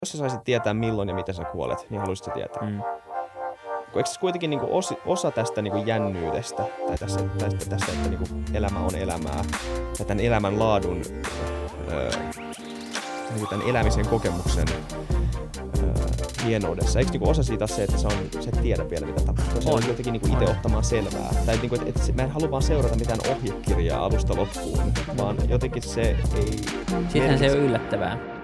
Jos sä saisit tietää milloin ja miten sä kuolet, niin haluaisit tietää. Eikö se kuitenkin niinku osa tästä niinku jännyydestä, tai tästä että niinku elämä on elämää, ja tämän elämän laadun, niinku tämän elämisen kokemuksen hienoudessa. Eikö niinku osa siitä se, että sä et tiedä vielä mitä tapahtuu? Se on jotenkin niinku itse ottamaan selvää. Tai niinku, että mä en halua vaan seurata mitään ohjekirjaa alusta loppuun, vaan jotenkin se ei... Sittenhän se on yllättävää.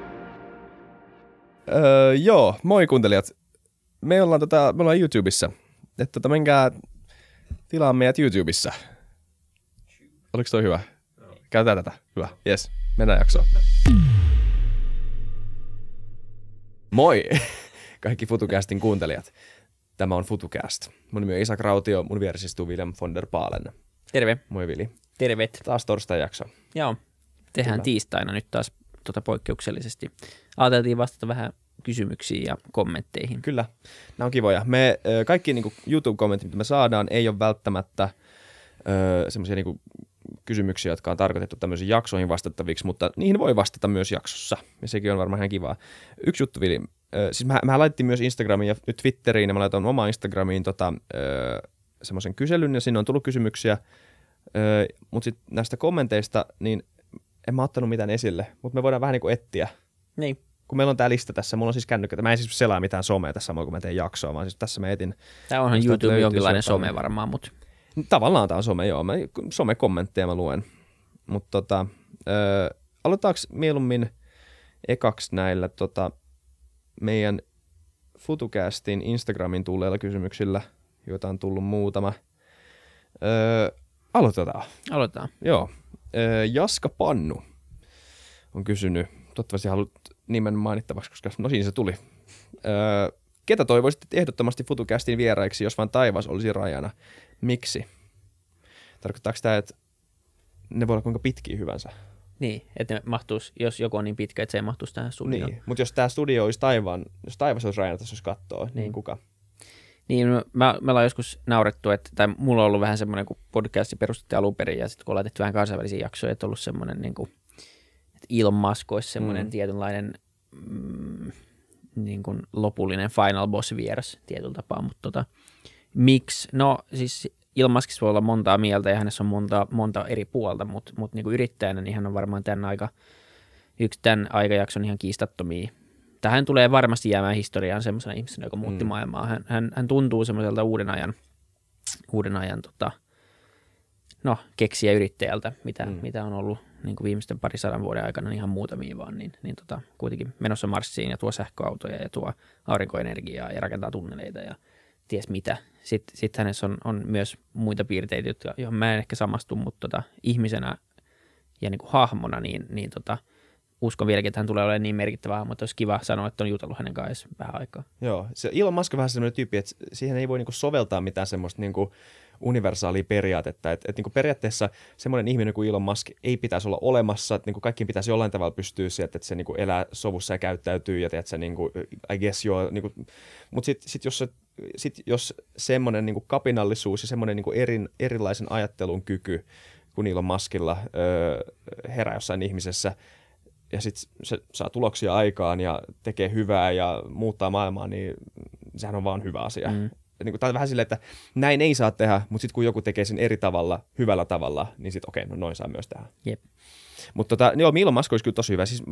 Joo, moi kuuntelijat. Me ollaan YouTubessa. Että menkää tilaa meidät YouTubessa. Oliko toi hyvä? Käytetään tätä. Hyvä. Jes. Mennään jaksoon. Moi kaikki FutuCastin kuuntelijat. Tämä on FutuCast. Mun nimi on Isak Rautio, mun vieressä istuu William von der Paalen. Terve. Moi Vili. Tervet. Taas torstai jakso. Joo. Tehdään Kyllä. tiistaina nyt taas poikkeuksellisesti. Ajateltiin vastata vähän kysymyksiin ja kommentteihin. Kyllä, nämä on kivoja. Me kaikki niin kuin YouTube-kommentit, mitä me saadaan, ei ole välttämättä semmoisia niin kysymyksiä, jotka on tarkoitettu tämmöisiin jaksoihin vastattaviksi, mutta niihin voi vastata myös jaksossa, ja sekin on varmaan ihan kivaa. Yksi juttu, Vili. Siis mä laitettiin myös Instagramiin ja Twitteriin, ja mä laitoin omaan Instagramiin semmoisen kyselyn, ja sinne on tullut kysymyksiä, mutta sitten näistä kommenteista, niin en mä ottanut mitään esille, mutta me voidaan vähän niin kuin etsiä. Niin. Kun meillä on tää lista tässä, mulla on siis kännykkä. Mä en siis selaa mitään somea tässä samalla, kun mä teen jaksoa, vaan siis tässä mä etin. Tämä onhan YouTube jonkinlainen some varmaan, mutta... Tavallaan tää on some, joo. Some-kommentteja mä luen. Mutta aloitetaanko mieluummin ekaksi näillä meidän FutuCastin Instagramin tulleilla kysymyksillä, joita on tullut muutama. Aloitetaan. Joo. Jaska Pannu on kysynyt, toivottavasti haluat nimen mainittavaksi, koska no siinä se tuli. Ketä toivoisit ehdottomasti FutuCastin vieraiksi, jos vain taivas olisi rajana? Miksi? Tarkoittaako tämä, että ne voi olla kuinka pitkiä hyvänsä? Niin, että ne mahtuisi, jos joku on niin pitkä, että se ei mahtuisi tähän studioon. Niin, mutta jos tämä studio olisi jos taivas olisi rajana, jos katsoo, niin kuka? Niin, me ollaan joskus naurettu, tai mulla on ollut vähän semmoinen, kun podcasti perustettiin alun perin, ja sitten kun ollaan tehty vähän kansainvälisiä jaksoja, että on ollut semmoinen, niin kuin, että Elon Musk olisi semmoinen tietynlainen niin kuin lopullinen final boss vieras tietyllä tapaa, mutta miksi? No siis Elon Muskissa voi olla montaa mieltä, ja hänessä on monta eri puolta, mutta niin kuin yrittäjänä, niin hän on varmaan yksi tämän aikajakson ihan kiistattomia. Hän tulee varmasti jäämään historiaan semmoisena ihmisenä, joka muutti maailmaa. Hän tuntuu semmoiselta uuden ajan keksijäyrittäjältä, mitä on ollut niin kuin viimeisten 200 vuoden aikana ihan muutamia vaan, niin kuitenkin menossa Marsiin ja tuo sähköautoja ja tuo aurinkoenergiaa ja rakentaa tunneleita ja ties mitä. Sitten hänessä on myös muita piirteitä, joihin mä en ehkä samastu, mutta ihmisenä ja niin kuin hahmona, niin uskon vieläkin, että hän tulee olemaan niin merkittävä hahmo, että olisi kiva sanoa, että on jutellut hänen kanssaan vähän aikaa. Joo, se Elon Musk on vähän sellainen tyyppi, että siihen ei voi niinku soveltaa mitään semmoista niinku universaalia periaatetta. Että niinku periaatteessa semmoinen ihminen kuin Elon Musk ei pitäisi olla olemassa, että niinku kaikkiin pitäisi jollain tavalla pystyä siihen, että se niinku elää sovussa ja käyttäytyy ja tiedät, niinku, I guess joo. Niinku, mutta sit jos semmoinen niinku kapinallisuus ja semmoinen niinku erilaisen ajattelun kyky kuin Elon Muskilla herää jossain ihmisessä, ja sitten se saa tuloksia aikaan ja tekee hyvää ja muuttaa maailmaa, niin sehän on vaan hyvä asia. Niin tämä on vähän silleen, että näin ei saa tehdä, mutta sitten kun joku tekee sen eri tavalla, hyvällä tavalla, niin sitten okei, no noin saa myös tehdä. Jep. Mutta Elon Musk olisi kyllä tosi hyvä. Siis,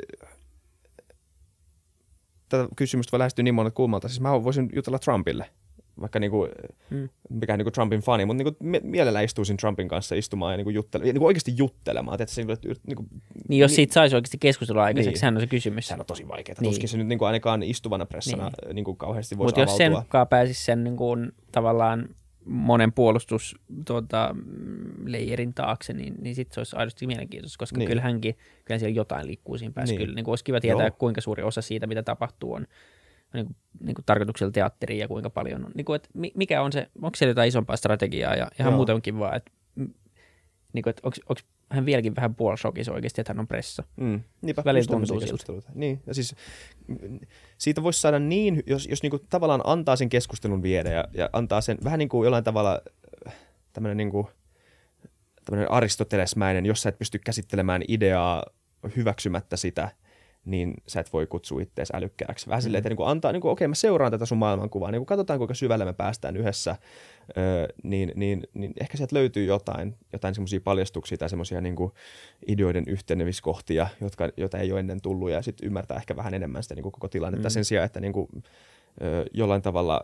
tätä kysymystä voi lähestyä niin monet kulmalta. Siis mä voisin jutella Trumpille, vaikka mikään niinku Trumpin fani, mutta niinku mielellään istuisin Trumpin kanssa istumaan ja niinku oikeasti juttelemaan. Niin jos siitä saisi oikeasti keskustelua aikaiseksi, sehän on se kysymys. Sehän on tosi vaikeaa. Niin. Tuskin se nyt niinku ainakaan istuvana pressana niinku kauheasti voisi avautua. Mutta jos sen mukaan pääsisi sen niinku, tavallaan monen puolustusleijerin taakse, niin sitten se olisi aidosti mielenkiintoista, koska kyllä siellä jotain liikkuu siinä päässä. Kyllä niin olisi kiva tietää, kuinka suuri osa siitä, mitä tapahtuu, on niin kuin tarkoituksella teatteriin ja kuinka paljon on. Niin kuin, että mikä on se, onko siellä jotain isompaa strategiaa ja ihan muutenkin vaan, että, niin kuin, että onko hän vieläkin vähän puolishokissa oikeasti, että hän on pressa. Niinpä, välillä tuntuu siltä. Niin, ja siis siitä voisi saada niin, jos niin kuin tavallaan antaa sen keskustelun viedä ja antaa sen vähän niin kuin jollain tavalla tämmöinen niin kuin tämmöinen aristotelesmäinen, jos sä et pysty käsittelemään ideaa hyväksymättä sitä, niin sä et voi kutsua itseäsi älykkääksi. Vähän silleen, että niin kuin antaa, niin kuin, okei, mä seuraan tätä sun maailmankuvaa, niin kuin katsotaan, kuinka syvälle me päästään yhdessä, niin ehkä sieltä löytyy jotain semmoisia paljastuksia tai semmoisia niin kuin ideoiden yhteneviskohtia, joita ei ole ennen tullut, ja sitten ymmärtää ehkä vähän enemmän sitä niin kuin koko tilannetta sen sijaan, että niin kuin, jollain tavalla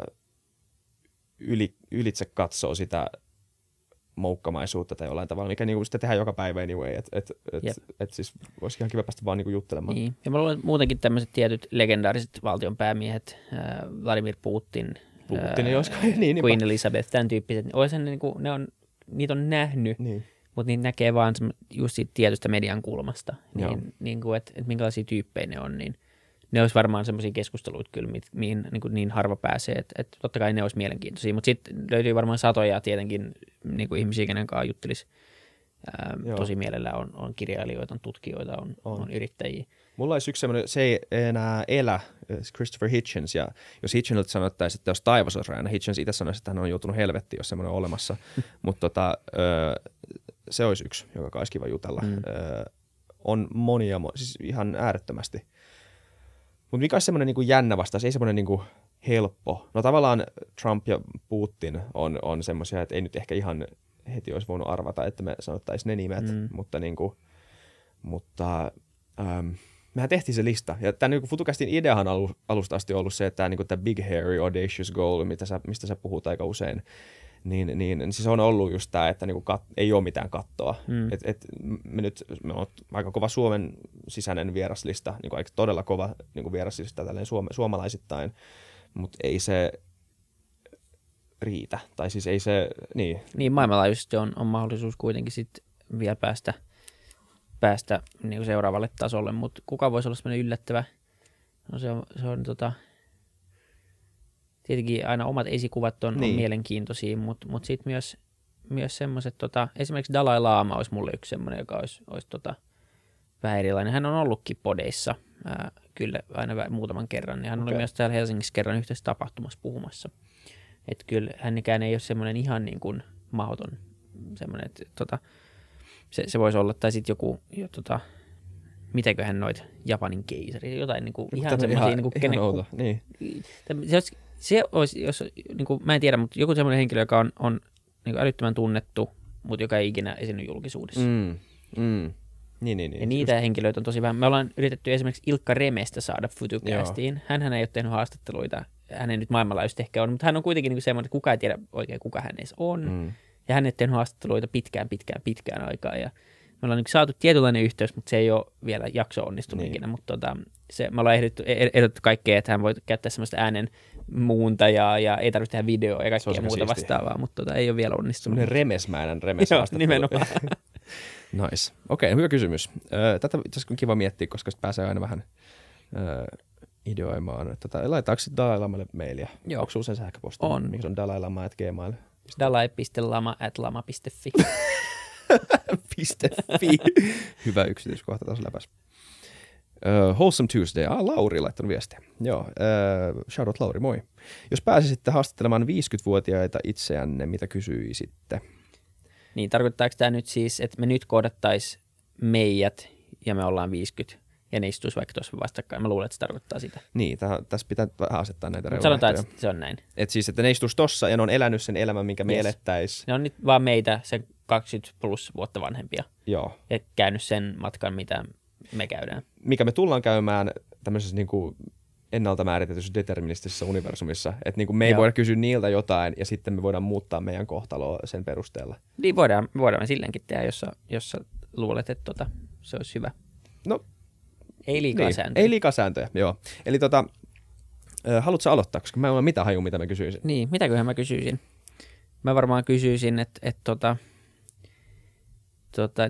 ylitse katsoo sitä moukkamaisuutta tai jollain tavalla, mikä niinku sitä tehdään joka päivä anyway, että siis olisi ihan kiva päästä vaan niinku juttelemaan. Niin. Ja mä luulen, että muutenkin tämmöiset tietyt legendaariset valtionpäämiehet, Vladimir Putin, Queen Elizabeth, tämän tyyppiset, niinku, niitä on nähnyt, mutta niitä näkee vaan just siitä tietystä median kulmasta, niin että minkälaisia tyyppejä ne on, niin ne olisi varmaan semmoisia keskusteluita kyllä, mihin niin harva pääsee, että totta kai ne olisi mielenkiintoisia, mutta sitten löytyy varmaan satoja tietenkin niin kuin ihmisiä, kenen kanssa juttelisi tosi mielellään, on kirjailijoita, on tutkijoita, on yrittäjiä. Mulla olisi yksi semmoinen, se ei enää elä, Christopher Hitchens, ja jos Hitchenilta sanottaisiin, että jos taivas olisi rajana, Hitchens itse sanoisi, että hän on joutunut helvettiin, jos semmoinen on olemassa, mutta se olisi yksi, joka olisi kiva jutella. On monia, siis ihan äärettömästi. Mutta mikä olisi semmoinen niinku jännä vastaus, ei semmoinen niinku helppo. No tavallaan Trump ja Putin on semmoisia, että ei nyt ehkä ihan heti olisi voinut arvata, että me sanottaisiin ne nimet, mutta mehän tehtiin se lista. Ja tämän niinku FutuCastin ideahan alusta asti ollut se, että tämä niinku Big Hairy Audacious Goal, mistä sä puhut aika usein, niin siis on ollut just tämä, että niinku ei ole mitään kattoa. Me on aika kova Suomen sisäinen vieraslista, niinku aika todella kova niinku vieraslista tälleen suomalaisittain, mutta ei se riitä. Tai siis ei se, niin. Niin, maailmanlaajuisesti on mahdollisuus kuitenkin sitten vielä päästä niinku seuraavalle tasolle, mutta kuka voisi olla semmoinen yllättävä? No se on tietenkin aina omat esikuvat on mielenkiintoisia, mutta sitten myös semmoiset, esimerkiksi Dalai Lama olisi mulle yksi semmoinen, joka olisi vähän erilainen. Hän on ollutkin podeissa kyllä aina muutaman kerran, ja hän oli myös täällä Helsingissä kerran yhteisessä tapahtumassa puhumassa. Että kyllä hänikään ei ole semmoinen ihan niin kuin mahdoton semmoinen, että se voisi olla, tai sitten joku mitäköhän noita Japanin keisari, jotain niin kuin ihan semmoisia, niin se olisi, jos, niin kuin, mä en tiedä, mutta joku semmoinen henkilö, joka on niin kuin älyttömän tunnettu, mutta joka ei ikinä esiinny julkisuudessa. Niin. Ja niitä henkilöitä on tosi vähän. Me ollaan yritetty esimerkiksi Ilkka Remestä saada FutuCastiin. Hänhän ei ole tehnyt haastatteluita. Hän ei nyt maailmanlaajuisesti ehkä on, mutta hän on kuitenkin niin kuin semmoinen, että kukaan ei tiedä oikein, kuka hän edes on. Ja hän ei tehnyt haastatteluita pitkään aikaa. Ja me ollaan niin saatu tietynlainen yhteys, mutta se ei ole vielä jakso onnistunut ikinä. Mutta me ollaan ehdotettu kaikkea, että hän voi käyttää semmoista äänen muuntajaa ja ei tarvitse tehdä videoa ja kaikkea muuta vastaavaa, mutta ei ole vielä onnistunut. Semmoinen remesmäinen haastattelu. Nimenomaan. Nice. Okei, hyvä kysymys. Tätä itse on kiva miettiä, koska pääsee aina vähän ideoimaan. Laitaanko sitten Dalai Lamalle mailia? Onko sinulla sen sähköposti? On. Mikä on dalailama@gmail? dalai.lama@lama.fi. .fi. Hyvä yksityiskohta taas läpäs. Wholesome Tuesday. Lauri laittanut viestiä. Joo, shoutout Lauri, moi. Jos pääsisitte haastattelemaan 50-vuotiaita itseänne, mitä kysyisitte? Niin, tarkoittaako tämä nyt siis, että me nyt kohdattaisiin meidät ja me ollaan 50 ja ne istuisi vaikka tuossa vastakkain? Mä luulen, että se tarkoittaa sitä. Niin, tässä pitää vähän asettaa näitä reunaehtoja. Sanotaan, että se on näin. Että siis, että ne istuisi tossa ja ne on elänyt sen elämän, minkä me elettäisiin. Ne on nyt vaan meitä, sen 20 plus vuotta vanhempia. Joo. Ja käynyt sen matkan, mitä me käydään. Mikä me tullaan käymään tämmöisessä niin kuin ennalta määritetyssä deterministisessä universumissa. Että niin kuin me ei voida kysyä niiltä jotain ja sitten me voidaan muuttaa meidän kohtaloa sen perusteella. Niin voidaan silleenkin tehdä, jos sä luulet, että se olisi hyvä. No, ei liikaa sääntöjä. Ei liikaa sääntöjä, joo. Eli haluatko mitään koska mä en ole mitään hajua, mitä mä kysyisin. Niin, mitäköhän mä kysyisin? Mä varmaan kysyisin, että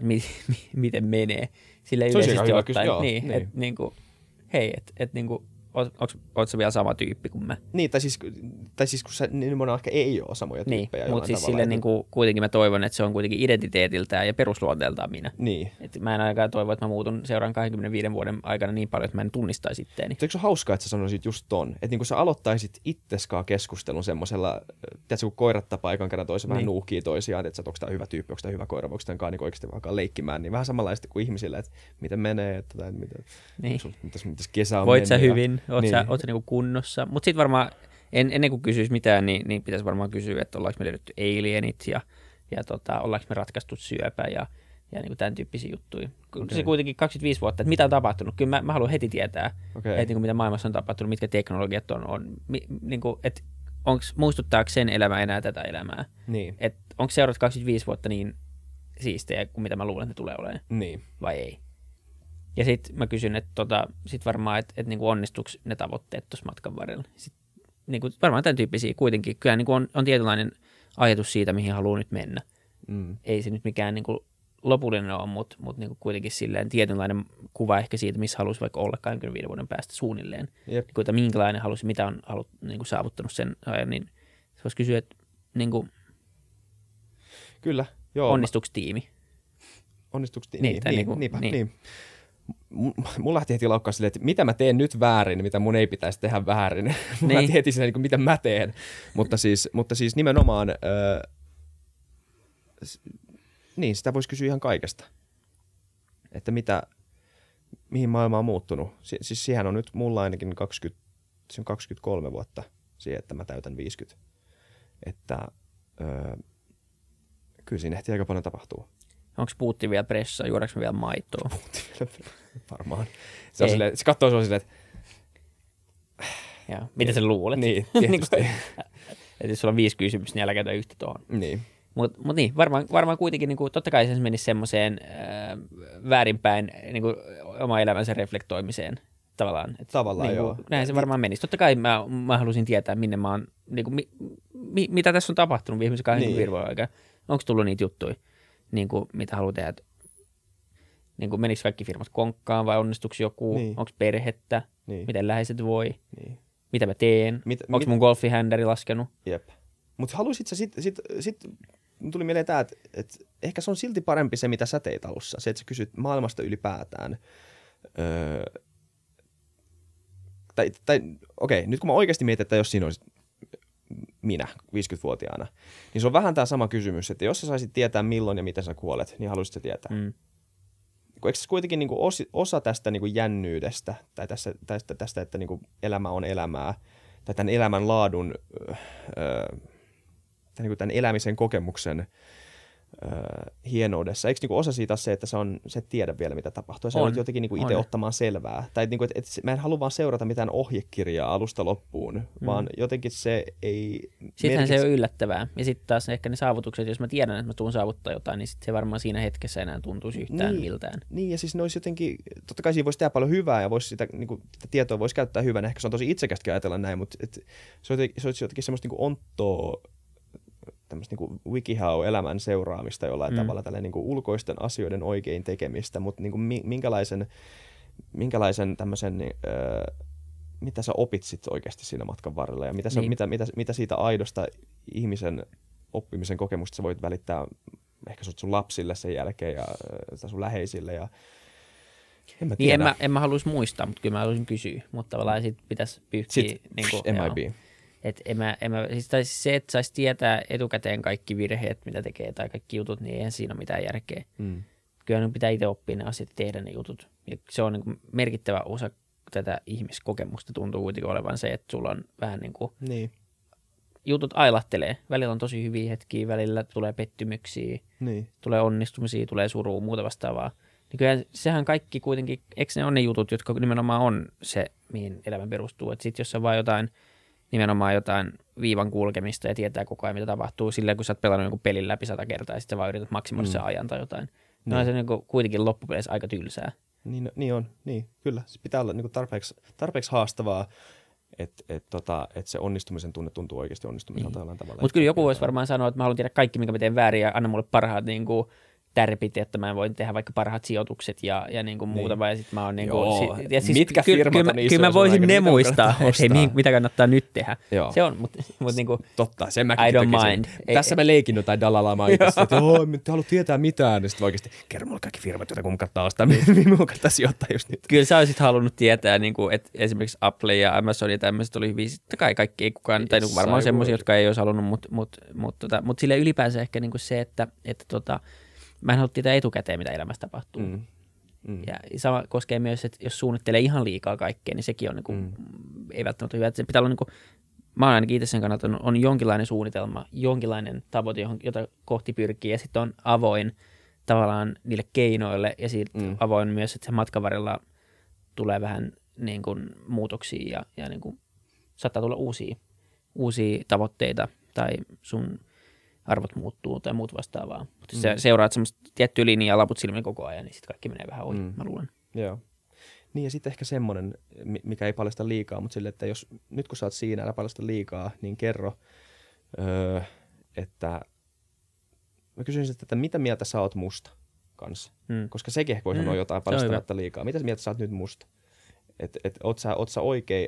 miten menee. Sille yleisesti ottaen. Niin. Että niinku, hei, että niinku, oot sä vielä sama tyyppi kuin mä? Niin, tai siis kun sä nimenomaan ehkä ei ole samoja tyyppejä. Niin, mutta siis silleen niin kuin, kuitenkin mä toivon, että se on kuitenkin identiteetiltään ja perusluonteeltaan minä. Niin. Et mä en ainakaan toivo, että mä muutun seuraan 25 vuoden aikana niin paljon, että mä en tunnistaisi itteeni. Eikö se ole hauskaa, että sä sanoisit just ton? Että niin kun sä aloittaisit itseskaan keskustelun semmoisella, tiedätkö, kun koirat tapaa ekan kerran toisen vähän nuuhkii toisiaan, että onko tämä hyvä tyyppi, onko tämä hyvä koira, onko tämä niin oikeasti alkaa leikkimään, niin vähän samanlaista kuin ihmisillä, että miten menee, että mitäs kesä on voit mennyt. Sä hyvin, oot sä niinku kunnossa. Mutta sitten varmaan, ennen kuin kysyisi mitään, niin pitäisi varmaan kysyä, että ollaanko me löydetty alienit ja ollaanko me ratkaistu syöpä ja niin kuin tämän tyyppisiä juttuja. Se kuitenkin 25 vuotta, että mitä on tapahtunut. Kyllä mä haluan heti tietää, että niin kuin mitä maailmassa on tapahtunut, mitkä teknologiat on niin kuin, että muistuttaako sen elämä enää tätä elämää. Niin. Että onko seuraavat 25 vuotta niin siistejä kuin mitä mä luulen, että ne tulee olemaan, niin. vai ei. Ja sitten mä kysyn, että sit varmaan, että niin kuin onnistuuko ne tavoitteet tuossa matkan varrella. Sitten, niin kuin, varmaan tämän tyyppisiä kuitenkin. Kyllä niin kuin on tietynlainen ajatus siitä, mihin haluaa nyt mennä. Ei se nyt mikään niin kuin lopullinen ole, mutta niin kuin kuitenkin silleen tietynlainen kuva ehkä siitä, missä haluaisi vaikka olla 25 vuoden päästä suunnilleen. Jep. Niin minkälainen halusi, mitä on niin kuin saavuttanut sen ajan, niin se voisi kysyä, että niin kuin, kyllä, joo. Onnistuuko tiimi? Onnistuuko tiimi? Niin. Mun lähti heti laukkaa silleen, että mitä mä teen nyt väärin, mitä mun ei pitäisi tehdä väärin. Mun lähti heti silleen, niin mitä mä teen. Mutta siis nimenomaan, niin sitä voisi kysyä ihan kaikesta. Että mihin maailma on muuttunut. Siis siihen on nyt mulla ainakin 23 vuotta siihen, että mä täytän 50. Että kyllä siinä ehtii aika paljon tapahtuu. Onko Puutti vielä pressaa? Juodaanko me vielä maitoa? Puutti vielä varmaan. Se katsoo sua silleen, että ja, mitä sä luulet? Niin, tietysti. Että jos sulla on 5 kysymystä, niin älä käytä yhtä tuohon. Niin. Mutta niin, varmaan kuitenkin, niin kuin, totta kai se menisi semmoiseen väärinpäin niin kuin, oma elämänsä reflektoimiseen tavallaan. Tavallaan niin kuin, joo. Näin se varmaan menisi. Totta kai mä halusin tietää, minne mä oon, niin kuin, mitä tässä on tapahtunut viimeisen 25 vuoden aikana. Onko tullut niitä juttuja, niin kuin, mitä haluaa tehdä? Niin kuin, menikö kaikki firmat konkkaan vai onnistuiko joku? Niin. Onko perhettä? Niin. Miten läheiset voi? Niin. Mitä mä teen? Onko mun golfihändäri laskenut? Jep. Mutta haluaisit sä sit tuli mieleen tää, että ehkä se on silti parempi se, mitä sä teit alussa. Se, että sä kysyt maailmasta ylipäätään. Okei, nyt kun mä oikeasti mietin, että jos siinä olisi minä 50-vuotiaana, niin se on vähän tämä sama kysymys, että jos sä saisit tietää milloin ja miten sä kuolet, niin haluaisit sä tietää. Eikö se kuitenkin niin kuin osa tästä niin kuin jännyydestä, tai tästä että niin kuin elämä on elämää, tai tämän elämän laadun, tämän elämisen kokemuksen hienoudessa. Eikö niinku osa siitä se, että se et tiedä vielä, mitä tapahtuu? Se on jotenkin niinku itse ottamaan selvää. Tai niinku, että mä en halua vaan seurata mitään ohjekirjaa alusta loppuun, vaan jotenkin se ei... Sittenhän se on yllättävää. Ja sitten taas ehkä ne saavutukset, jos mä tiedän, että mä tuun saavuttaa jotain, niin sitten se varmaan siinä hetkessä enää tuntuisi yhtään miltään. Niin, ja siis ne olisi jotenkin... Totta kai siinä voisi tehdä paljon hyvää, ja sitä tietoa voisi käyttää hyvänä. Ehkä se on tosi itsekästäkin ajatella näin, mutta se olisi jotenkin semmoista niinku onttoa, tämmöistä niinku WikiHow-elämän seuraamista jollain tavalla, tällainen niinku ulkoisten asioiden oikein tekemistä, mutta niinku minkälaisen tämmöisen, mitä sä opit sit oikeasti siinä matkan varrella ja mitä siitä aidosta ihmisen oppimisen kokemusta sä voit välittää ehkä sun lapsille sen jälkeen ja sun läheisille ja en mä tiedä. Niin en mä haluaisi muistaa, mutta kyllä mä haluaisin kysyä, mutta tavallaan sit pitäisi pyyhkiä. Niinku, MIB. Että siis se, että saisi tietää etukäteen kaikki virheet, mitä tekee, tai kaikki jutut, niin eihän siinä ole mitään järkeä. Kyllä pitää itse oppia ne asiat ja tehdä ne jutut. Ja se on niin kuin merkittävä osa tätä ihmiskokemusta, tuntuu kuitenkin olevan se, että sulla on vähän niin kuin jutut ailahtelee. Välillä on tosi hyviä hetkiä, välillä tulee pettymyksiä, tulee onnistumisia, tulee surua, muuta vastaavaa. Niin kyllä sehän kaikki kuitenkin, eikö ne on ne jutut, jotka nimenomaan on se, mihin elämä perustuu. Että sitten jos on vaan nimenomaan jotain viivan kulkemista ja tietää koko ajan, mitä tapahtuu silleen, kun sä oot pelannut jonkun pelin läpi 100 kertaa ja sitten vaan yrität maksimoida sen ajan tai jotain. No on se niin kuitenkin loppupeleissä aika tylsää. Niin on, kyllä. Se pitää olla niin tarpeeksi haastavaa, että se onnistumisen tunne tuntuu oikeasti onnistumiselta jollain tavalla. Mutta kyllä joku voisi varmaan sanoa, että mä haluan tiedä kaikki, minkä mä teen väärin ja anna mulle parhaat niin kuin tärpit, että mä voin tehdä vaikka parhaat sijoitukset ja niin kuin muutama, ja sitten mä oon niin kuin, ja siis mitkä firmat on isoja? Kyllä mä voisin ne muistaa, että hei, mitä kannattaa nyt tehdä. Joo. Se on, mutta niin kuin, totta, sen mäkin I don't tekisin. mind. Tässä mä leikin jotain Dalai Lamaa itse, että en halua tietää mitään, niin sitten oikeasti kerro mulle kaikki firmat, joita kun kannattaa ostaa, mihin mun kannattaa sijoittaa just nyt. Kyllä sä olisit halunnut tietää, niin kuin, että esimerkiksi Apple ja Amazon ja tämmöiset oli hyviä, sitten kai kaikki ei kukaan, tai niin varmaan semmoisia, jotka ei olisi halunnut, mutta sille ylipäänsä ehkä niin kuin se, että mä en halua tietää etukäteen, mitä elämässä tapahtuu. Ja sama koskee myös, että jos suunnittelee ihan liikaa kaikkea, niin sekin on niin kuin, ei välttämättä hyvä. Että se pitää olla, niin kuin, mä olen ainakin itse sen kannalta, on jonkinlainen suunnitelma, jonkinlainen tavoite, jota kohti pyrkii, ja sitten on avoin tavallaan niille keinoille, ja sitten avoin myös, että sen matkan varrella tulee vähän niin kuin, muutoksia, ja niin kuin, saattaa tulla uusia tavoitteita, tai sun arvot muuttuu tai muut vastaavaa. Mutta sä seuraat semmoista tiettyä linjaa laput silmin koko ajan, niin sitten kaikki menee vähän ohi, mä luulen. Joo. Niin ja sitten ehkä semmoinen, mikä ei paljasta liikaa, mutta sille, että jos nyt kun sä oot siinä, älä paljasta liikaa, niin kerro, että mä kysyisin, että mitä mieltä sä oot musta kanssa. Koska sekin ehkä voi sanoa jotain paljastamatta liikaa. Mitä mieltä sä oot nyt musta? Että oot sä oikein,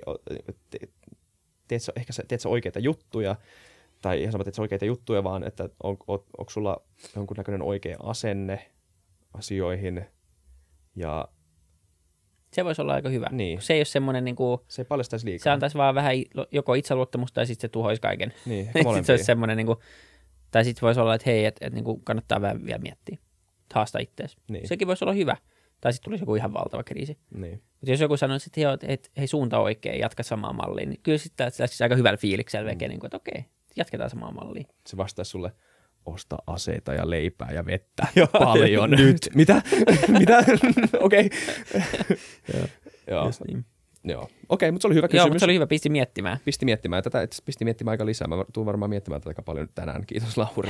teet sä oikeita juttuja, tai ihan sama, että oikeita juttuja, vaan että onko sulla jonkunnäköinen oikea asenne asioihin. Ja se voisi olla aika hyvä. Niin. Se ei ole semmoinen, niin kuin, se ei paljastaisi liikaa. Se antaisi vaan vähän joko itseluottamusta tai sitten se tuhoisi kaiken. Niin, sitten se olisi semmoinen, niin kuin, tai sitten voisi olla, että hei, että niin kuin kannattaa vähän vielä miettiä. Haasta itseäsi. Niin. Sekin voisi olla hyvä. Tai sitten tulisi joku ihan valtava kriisi. Niin. Mutta jos joku sanoisi, että hei, suunta oikein, jatka samaa malliin, niin kyllä sitten lähtisi aika hyvällä fiiliksellä veke, niin kuin, että okei, jatketaan samaa mallia. Se vastaisi sulle, osta aseita ja leipää ja vettä paljon. Nyt. Mitä? Okei. Joo. Niin. Joo. Okei, mutta se oli hyvä kysymys. Joo, mutta se oli hyvä, pisti miettimään. Tätä pisti miettimään aika lisää. Mä tuun varmaan miettimään tätä aika paljon tänään. Kiitos Lauri.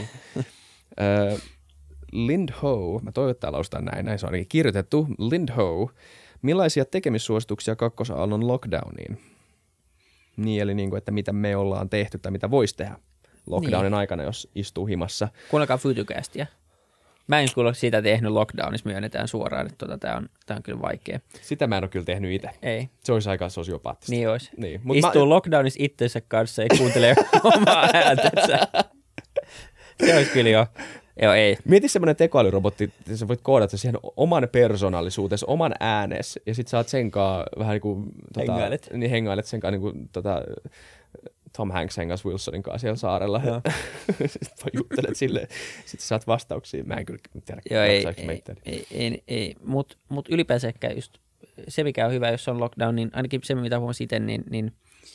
Lindho, mä toivon, että täällä laustaan näin se on ainakin kirjoitettu. Lindho, millaisia tekemissuosituksia kakkosaallon lockdowniin? Niin, eli niin kuin, että mitä me ollaan tehty tai mitä voisi tehdä lockdownin aikana, jos istuu himassa. Kuunnelkaa Fytycastia. Mä en kuule siitä tehnyt lockdownissa, myönnetään suoraan, että tää on kyllä vaikea. Sitä mä en ole kyllä tehnyt itse. Ei. Se olisi aika sosiopaattista. Niin olisi. Niin. Istuu lockdownissa itsensä kanssa ja kuuntelee omaa ääntänsä. Se olisi kyllä Joo, ei. Mieti semmoinen tekoälyrobotti, että sä voit koodata siihen oman persoonallisuutesi, oman äänes, ja sit saat senkaan vähän niin kuin hengailet senkaan niin kuin Tom Hanks hengas Wilsonin kanssa siellä saarella. Sitten juttelet silleen, sit saat vastauksia. Mä en kyllä tiedä, ei. Mut ylipäänsä ehkä just se, mikä on hyvä, jos on lockdown, niin ainakin se, mitä huomasin itse, niin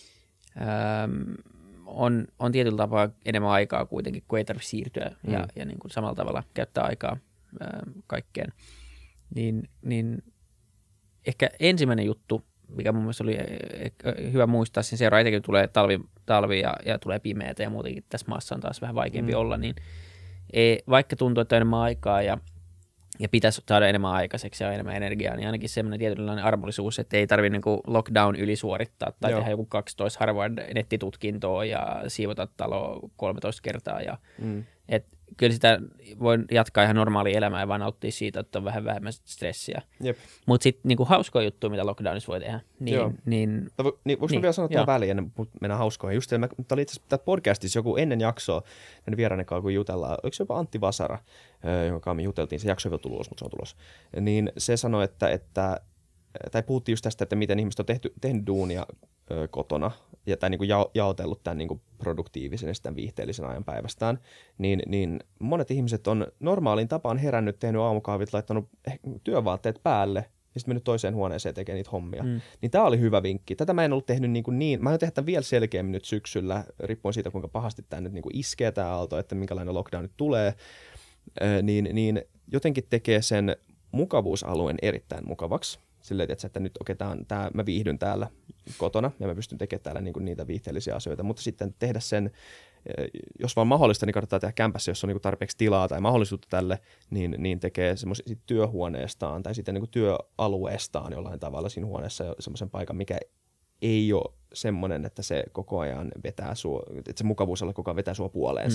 on tietyllä tapaa enemmän aikaa kuitenkin, kun ei tarvitse siirtyä ja niin kuin samalla tavalla käyttää aikaa kaikkeen. Niin ehkä ensimmäinen juttu, mikä mun mielestä oli hyvä muistaa, sen seuraa etenkin tulee talvi ja tulee pimeätä ja muutenkin tässä maassa on taas vähän vaikeampi olla, niin vaikka tuntuu, että on enemmän aikaa ja pitäisi saada enemmän aikaiseksi ja enemmän energiaa, niin ainakin semmoinen tietynlainen armollisuus, että ei tarvitse niin lockdown ylisuorittaa tai tehdä joku 12 Harvard-nettitutkintoa ja siivota taloa 13 kertaa. Et kyllä sitä voi jatkaa ihan normaalia elämää ja vaan nauttia siitä, että on vähän vähemmän stressiä. Mutta sitten niinku hauskoja juttuja, mitä lockdownissa voi tehdä. Voinko mä vielä sanoa tuohon väliin ennen kuin mennään hauskoihin? Just tämä oli itse asiassa podcastissa joku ennen jaksoa, näiden vieraiden kanssa kun jutellaan. Oliko se jopa Antti Vasara, jonka me juteltiin, se jakso ei vielä tullut ulos, mutta se on tulossa. Niin se sanoi, tai puhuttiin just tästä, että miten ihmiset on tehnyt duunia kotona tai niin kuin jaotellut tämän niin kuin produktiivisen ja tämän viihteellisen ajan päivästään, niin monet ihmiset on normaalin tapaan herännyt, tehnyt aamukahvit, laittanut työvaatteet päälle ja sitten mennyt toiseen huoneeseen tekemään niitä hommia. Niin tämä oli hyvä vinkki. Tätä mä en ollut tehnyt niin. Mä aion tehdä tämän vielä selkeämmin nyt syksyllä, riippuen siitä, kuinka pahasti tämä nyt niin kuin iskee tämä aalto, että minkälainen lockdown nyt tulee, niin jotenkin tekee sen mukavuusalueen erittäin mukavaksi. Silleen, että nyt mä viihdyn täällä kotona ja mä pystyn tekemään täällä niitä viihteellisiä asioita, mutta sitten tehdä sen, jos vaan mahdollista, niin kannattaa tehdä kämpässä, jos on tarpeeksi tilaa tai mahdollisuutta tälle, niin tekee semmoisen työhuoneestaan tai sitten työalueestaan jollain tavalla siinä huoneessa semmoisen paikan, mikä ei ole semmoinen, että se koko ajan vetää että se mukavuusalue koko ajan vetää sua puoleensa.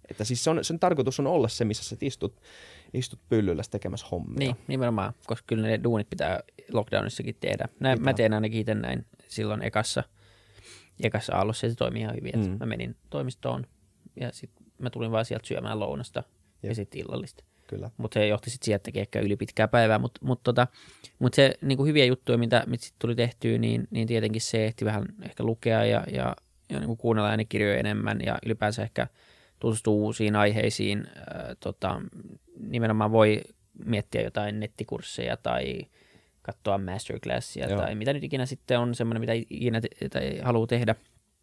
Että siis sen tarkoitus on olla se, missä sä istut pyllyllä tekemässä hommia. Niin, nimenomaan, koska kyllä ne duunit pitää lockdownissakin tehdä. Mä teen ainakin itse näin silloin ekassa aallossa, ja se toimii ihan hyvin. Mä menin toimistoon, ja sitten mä tulin vaan sieltä syömään lounasta, ja sitten illallista. Kyllä. Mutta se johti sitten siihen, että teki ehkä yli pitkää päivää. Mutta se niinku hyviä juttuja, mitä sitten tuli tehtyä, niin tietenkin se ehti vähän ehkä lukea ja niinku kuunnella äänikirjoja enemmän, ja ylipäänsä ehkä tutustua uusiin aiheisiin. Nimenomaan voi miettiä jotain nettikursseja tai katsoa masterclassia tai mitä nyt ikinä sitten on semmoinen, mitä ikinä haluaa tehdä.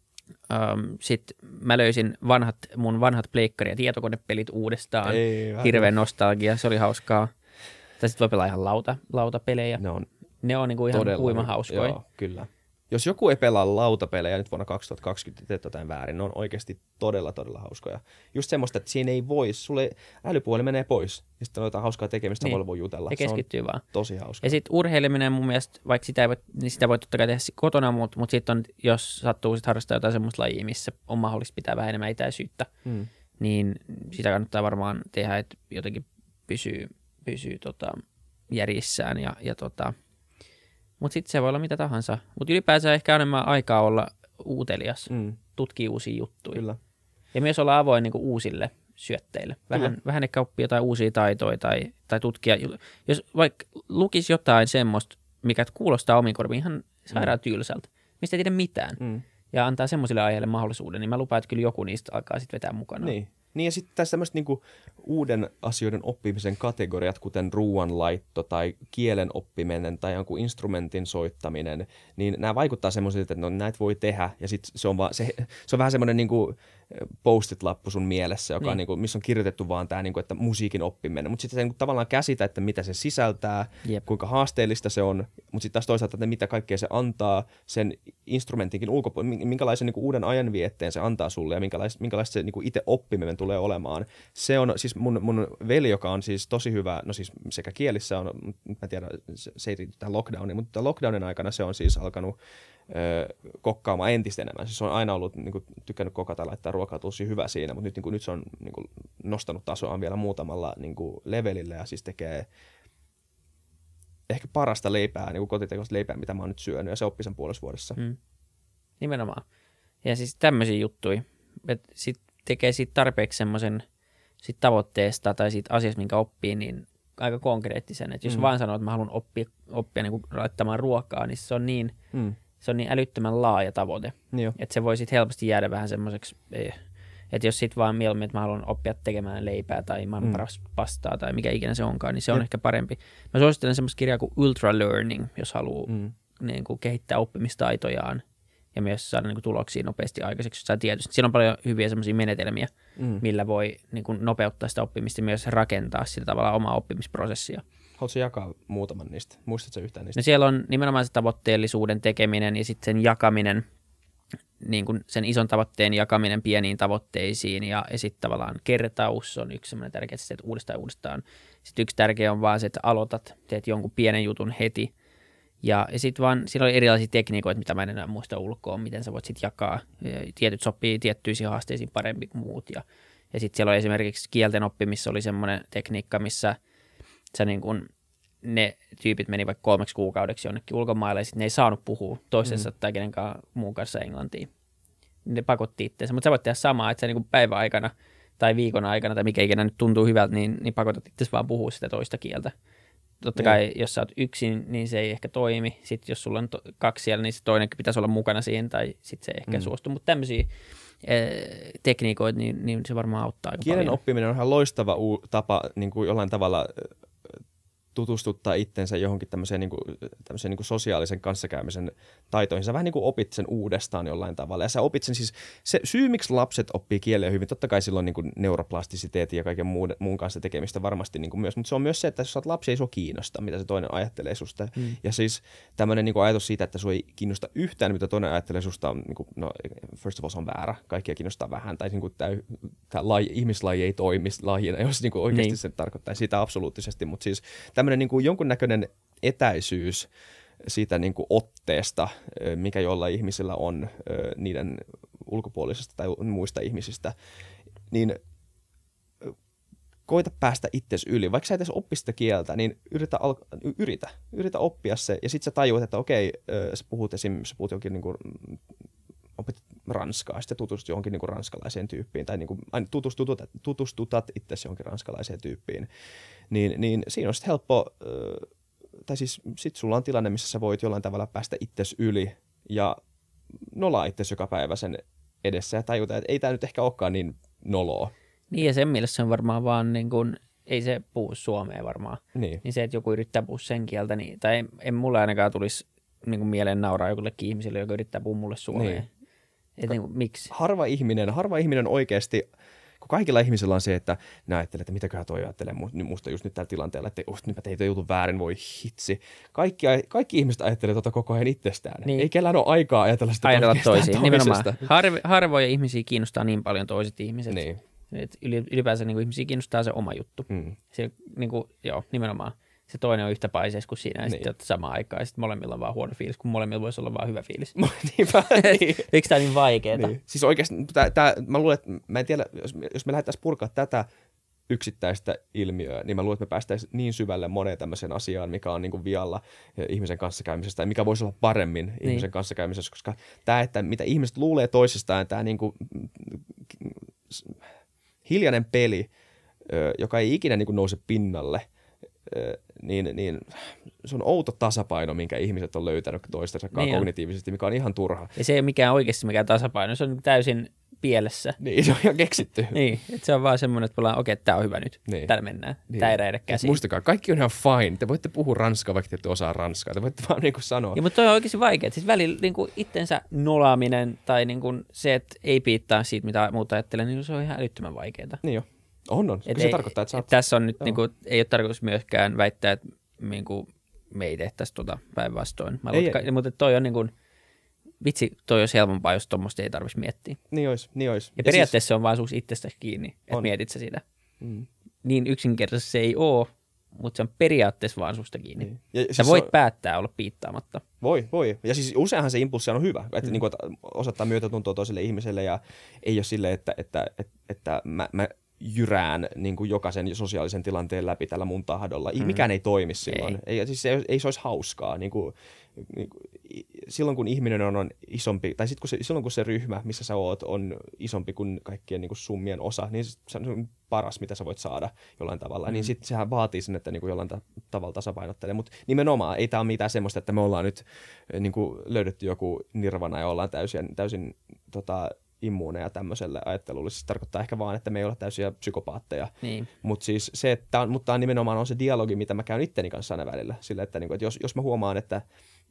Sitten mä löysin mun vanhat pleikkari- ja tietokonepelit uudestaan. Hirveän nostalgia, se oli hauskaa. Tai sitten voi pelaa ihan lautapelejä. Ne on niinku ihan huima hauskoja. Joo, kyllä. Jos joku ei pelaa lautapelejä nyt vuonna 2020, teet jotain väärin, ne on oikeasti todella, todella hauskoja. Just semmoista, että siinä ei voi, sulle älypuoli menee pois, ja sitten on jotain hauskaa tekemistä, niin. Voi jutella. Ja keskittyy vaan. Tosi hauskaa. Ja sitten urheileminen mun mielestä, vaikka sitä voi totta kai tehdä kotona, mutta sitten on, jos sattuu sit harrastaa jotain semmoista lajia, missä on mahdollista pitää vähän enemmän etäisyyttä, niin sitä kannattaa varmaan tehdä, että jotenkin pysyy järjissään mutta sitten se voi olla mitä tahansa. Mutta ylipäänsä ehkä enemmän aikaa olla uutelias, tutkii uusia juttuja. Kyllä. Ja myös olla avoin niin kuin uusille syötteille. Vähän ehkä oppia jotain uusia taitoja tai tutkia. Jos vaikka lukisi jotain semmoista, mikä kuulostaa omiin korviin ihan sairaan tylsältä, mistä ei tiedä mitään, ja antaa semmoisille aiheille mahdollisuuden, niin mä lupaan, että kyllä joku niistä alkaa sitten vetää mukana. Niin ja sitten tässä tämmöiset niinku uuden asioiden oppimisen kategoriat, kuten ruoanlaitto tai kielen oppiminen tai jonkun instrumentin soittaminen, niin nämä vaikuttaa semmoisilta, että näitä voi tehdä ja sitten se on vähän semmoinen niinku post-it-lappu sun mielessä, joka on niinku, missä on kirjoitettu vaan tämä, niinku, että musiikin oppiminen, mutta sitten se niinku tavallaan käsitä, että mitä se sisältää, kuinka haasteellista se on, mutta sitten taas toisaalta, että mitä kaikkea se antaa sen instrumentinkin ulkopuolella, minkälaisen niinku uuden ajanvietteen se antaa sulle ja minkälaista se niinku itse oppiminen tulee olemaan. Se on siis mun veli, joka on siis tosi hyvä, no siis sekä kielissä on, mä tiedän, se ei riitä tähän lockdowniin, mutta lockdownin aikana se on siis alkanut kokkaamaan entistä enemmän. Siis se on aina ollut niin kuin, tykännyt kokata, laittaa ruokaa tosi hyvä siinä, mutta nyt se on niin kuin, nostanut tasoaan vielä muutamalla niin kuin, levelillä ja siis tekee ehkä parasta leipää, niin kuin kotitekoista leipää, mitä mä oon nyt syönyt, ja se oppi sen puolessa vuodessa. Nimenomaan. Ja siis tämmöisiä juttuja, että sit tekee siitä tarpeeksi semmoisen sit tavoitteesta tai siitä asiasta, minkä oppii, niin aika konkreettisen. Että jos vaan sanoo, että mä haluan oppia niin kuin laittamaan ruokaa, niin se on niin älyttömän laaja tavoite. Että se voi sitten helposti jäädä vähän semmoiseksi, että jos sitten vaan mieluummin, että mä haluan oppia tekemään leipää tai maailman paras pastaa tai mikä ikinä se onkaan, niin se on ehkä parempi. Mä suosittelen semmoista kirjaa kuin Ultra Learning, jos haluaa niin kuin kehittää oppimistaitojaan ja myös saada niin kuin tuloksia nopeasti aikaiseksi. Tietysti siinä on paljon hyviä semmoisia menetelmiä, millä voi niin kuin nopeuttaa sitä oppimista ja myös rakentaa sillä tavalla omaa oppimisprosessia. Haluatko jakaa muutaman niistä? Muistatko yhtään niistä? No siellä on nimenomaan se tavoitteellisuuden tekeminen ja sitten sen jakaminen, niin kuin sen ison tavoitteen jakaminen pieniin tavoitteisiin ja sitten tavallaan kertaus on yksi semmoinen tärkeä, että sä teet uudestaan. Sitten yksi tärkeä on vaan se, että teet jonkun pienen jutun heti. Ja sitten vaan siinä oli erilaisia tekniikoita, mitä mä en enää muista ulkoa, miten sä voit sitten jakaa. Tietyt sopii tiettyisiin haasteisiin parempi kuin muut. Ja sitten siellä oli esimerkiksi kielten oppimissa oli semmoinen tekniikka, missä sä niin kun, ne tyypit meni vaikka 3 kuukaudeksi jonnekin ulkomaille ja sitten ne ei saanut puhua toistensa tai kenenkään muun kanssa englantia. Ne pakotti itseensä, mutta sä voit tehdä samaa, että sä niin päivän aikana tai viikon aikana tai mikä ikinä nyt tuntuu hyvältä, niin pakotat itseasi vaan puhua sitä toista kieltä. Totta kai, jos sä oot yksin, niin se ei ehkä toimi. Sitten jos sulla on 2 siellä, niin se toinenkin pitäisi olla mukana siihen, tai sitten se ehkä suostu. Mutta tämmöisiä tekniikoita, niin se varmaan auttaa aika Kielen paljon. oppiminen on ihan loistava tapa niin kuin jollain tavalla tutustuttaa itsensä johonkin tämmöiseen sosiaalisen kanssakäymisen taitoihin. Sä vähän niin kuin opit sen uudestaan jollain tavalla. Ja sä opit sen siis, se syy miksi lapset oppii kieliä hyvin, totta kai silloin niin kuin neuroplastisiteetin ja kaiken muun kanssa tekemistä varmasti niin kuin myös, mutta se on myös se, että jos sä oot lapsi, ei sua kiinnosta, mitä se toinen ajattelee susta. Ja siis tämmöinen niin kuin ajatus siitä, että sua ei kiinnosta yhtään, mitä toinen ajattelee susta, on, niin kuin, no first of all se on väärä, kaikkia kiinnostaa vähän, tai niin kuin tämä ihmislaji ei toimi lajina, jos niin kuin oikeasti se tarkoittaa sitä absoluuttisesti, mutta siis tämmöinen niin kuin jonkunnäköinen etäisyys siitä niin kuin otteesta, mikä jollain ihmisillä on niiden ulkopuolisesta tai muista ihmisistä, niin koita päästä itsesi yli. Vaikka sä et edes oppi sitä kieltä, niin yritä oppia se. Ja sitten sä tajuat, että okei, sä puhut jonkin niin kuin, opit ranskaa, sitten tutustut johonkin niin kuin ranskalaiseen tyyppiin, tai niin kuin, tutustutat itsesi johonkin ranskalaiseen tyyppiin, niin siinä on sitten helppo, tai siis sitten sulla on tilanne, missä sä voit jollain tavalla päästä itsesi yli, ja nolaa itsesi joka päivä sen edessä, ja tajuta, että ei tämä nyt ehkä olekaan niin noloa. Niin, ja sen mielessä se on varmaan vaan, niin kuin, ei se puhu suomea varmaan. Niin se, että joku yrittää puhua sen kieltä, niin, tai en mulle ainakaan tulisi niin kuin mieleen nauraa jokullekin ihmiselle, joka yrittää puhua mulle suomea. Niin. Et niin kuin, miksi? Harva ihminen oikeasti, kun kaikilla ihmisillä on se, että ne ajattelee, että mitäköhän toi ajattelee musta just nyt tällä tilanteella, että nyt mä tein jutun väärin, voi hitsi. Kaikki ihmiset ajattelee koko ajan itsestään. Niin. Ei kellään ole aikaa ajatella sitä toisiin. Nimenomaan. Harvoja ihmisiä kiinnostaa niin paljon toiset ihmiset. Niin. Et ylipäänsä niin kuin ihmisiä kiinnostaa se oma juttu. Se, niin kuin, joo, nimenomaan. Se toinen on yhtä paiseessa kuin siinä, ja sitten samaan aikaan. Ja sitten molemmilla on vaan huono fiilis, kun molemmilla voisi olla vaan hyvä fiilis. Niinpä, niin. Eikö tämä niin vaikeeta? Niin. Siis oikeasti, mä luulen, että mä en tiedä, jos me lähdettäisiin purkaa tätä yksittäistä ilmiöä, niin mä luulen, että me päästäisiin niin syvälle moneen tämmöiseen asiaan, mikä on niin kuin vialla ihmisen kanssakäymisestä, ja mikä voisi olla paremmin ihmisen kanssakäymisessä, koska tämä, että mitä ihmiset luulee toisistaan, tämä niin kuin hiljainen peli, joka ei ikinä niin kuin nouse pinnalle, niin se on outo tasapaino, minkä ihmiset on löytänyt toistensa kognitiivisesti, mikä on ihan turha. Ja se ei ole mikään oikeasti mikään tasapaino, se on täysin pielessä. Niin, se on ihan keksitty. Niin, että se on vaan semmoinen, että ollaan, okei, tämä on hyvä nyt, täällä mennään, tämä ei räjähdä käsiin. Muistakaa, kaikki on ihan fine, te voitte puhua ranskaa, vaikka te ette osaa ranskaa, te voitte vaan niin kuin sanoa. Ja, mutta toi on oikeasti vaikea, siis välillä niin kuin itsensä nolaaminen tai niin kuin se, että ei piittaa siitä, mitä muuta ajattelee, niin se on ihan älyttömän vaikeaa. Niin jo. On. Se tarkoittaa, että sä oot... Tässä on nyt, niin kuin, ei ole tarkoitus myöskään väittää, että niin kuin, me ei tehtäisi päinvastoin. Mutta toi on niin kuin, vitsi, toi olisi helpompaa, jos tuommoista ei tarvitsisi miettiä. Niin olisi. Ja periaatteessa se on vaan suus itsestäsi kiinni, että mietit sä sitä. Niin yksinkertaisesti se ei ole, mutta se on periaatteessa vaan susta kiinni. Niin. Sä siis voit päättää olla piittaamatta. Voi. Ja siis useinhan se impulssi on hyvä, että niin kuin, osoittaa myötätuntoa toiselle ihmiselle ja ei ole silleen, että mä jyrään niin kuin jokaisen sosiaalisen tilanteen läpi tällä mun tahdolla. Mikään ei toimi silloin. Siis ei se olisi hauskaa. Niin kuin, silloin kun ihminen on isompi, tai silloin kun se ryhmä, missä sä oot, on isompi kuin kaikkien niin kuin summien osa, niin se on paras, mitä sä voit saada jollain tavalla. Niin sitten sehän vaatii sen, että niin kuin jollain tavalla tasapainottelee. Mutta nimenomaan ei tämä ole mitään semmoista, että me ollaan nyt niin kuin löydetty joku nirvana ja ollaan täysin immuuneja tämmöiselle ajattelulle. Se tarkoittaa ehkä vaan, että me ei olla täysiä psykopaatteja. Niin. Mutta siis se, että mutta nimenomaan on se dialogi, mitä mä käyn itteni kanssa aina välillä. Sillä, että, niin kuin, että jos mä huomaan, että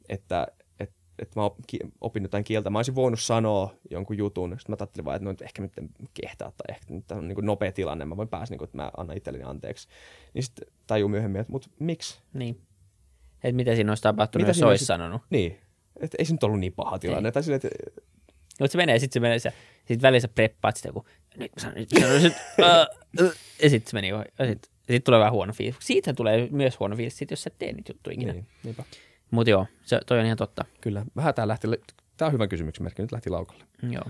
mä opin jotain kieltä, mä olisin voinut sanoa jonkun jutun, sitten mä ajattelin vaan, että no ehkä nyt kehtaa tai ehkä nyt on niin kuin nopea tilanne, mä voin päästä, niin kuin, että mä annan itselleni anteeksi. Niin sitten tajuu myöhemmin, että mutta miksi? Niin. Että mitä siinä olisi tapahtunut, jos olisi sanonut. Niin. Että ei se nyt ollut niin paha tilanne. Tai silleen, että mutta se menee, sitten välillä sä preppaat sitä, kun nyt mä sanon, ja sitten se meni ohi. Ja sitten tulee vähän huono fiilis. Siitä tulee myös huono fiilis, jos sä tee niitä juttuja ikinä. Niin, mutta joo, toi on ihan totta. Kyllä. Vähän tää on hyvä kysymyksen merkki, nyt lähti laukalle. Joo.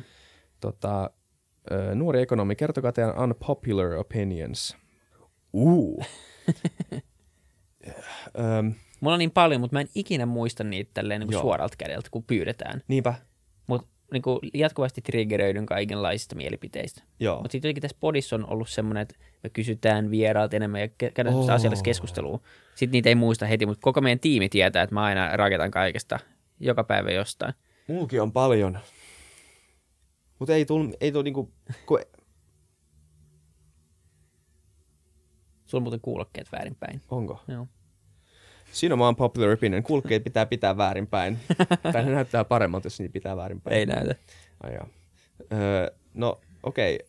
Nuori ekonomi, kertokaa teidän unpopular opinions. Mulla on niin paljon, mutta mä en ikinä muista niitä tälleen niin kuin suoralta kädeltä, kun pyydetään. Niinpä. Mutta niin jatkuvasti triggeröidyn kaikenlaisista mielipiteistä. Mutta sitten jotenkin tässä podissa on ollut semmoinen, että me kysytään vieraalta enemmän ja käydään asiallista keskustelua. Sitten niitä ei muista heti, mutta koko meidän tiimi tietää, että mä aina rakentan kaikesta joka päivä jostain. Mullakin on paljon. Mutta ei tuu niinku... Sulla on muuten kuulokkeet väärinpäin. Onko? Joo. Siinä on vaan popular opinion. Kuulokkeet pitää väärinpäin. Tai ne näyttää paremmalta, jos niitä pitää väärinpäin. Ei näytä. Ai joo. No okei.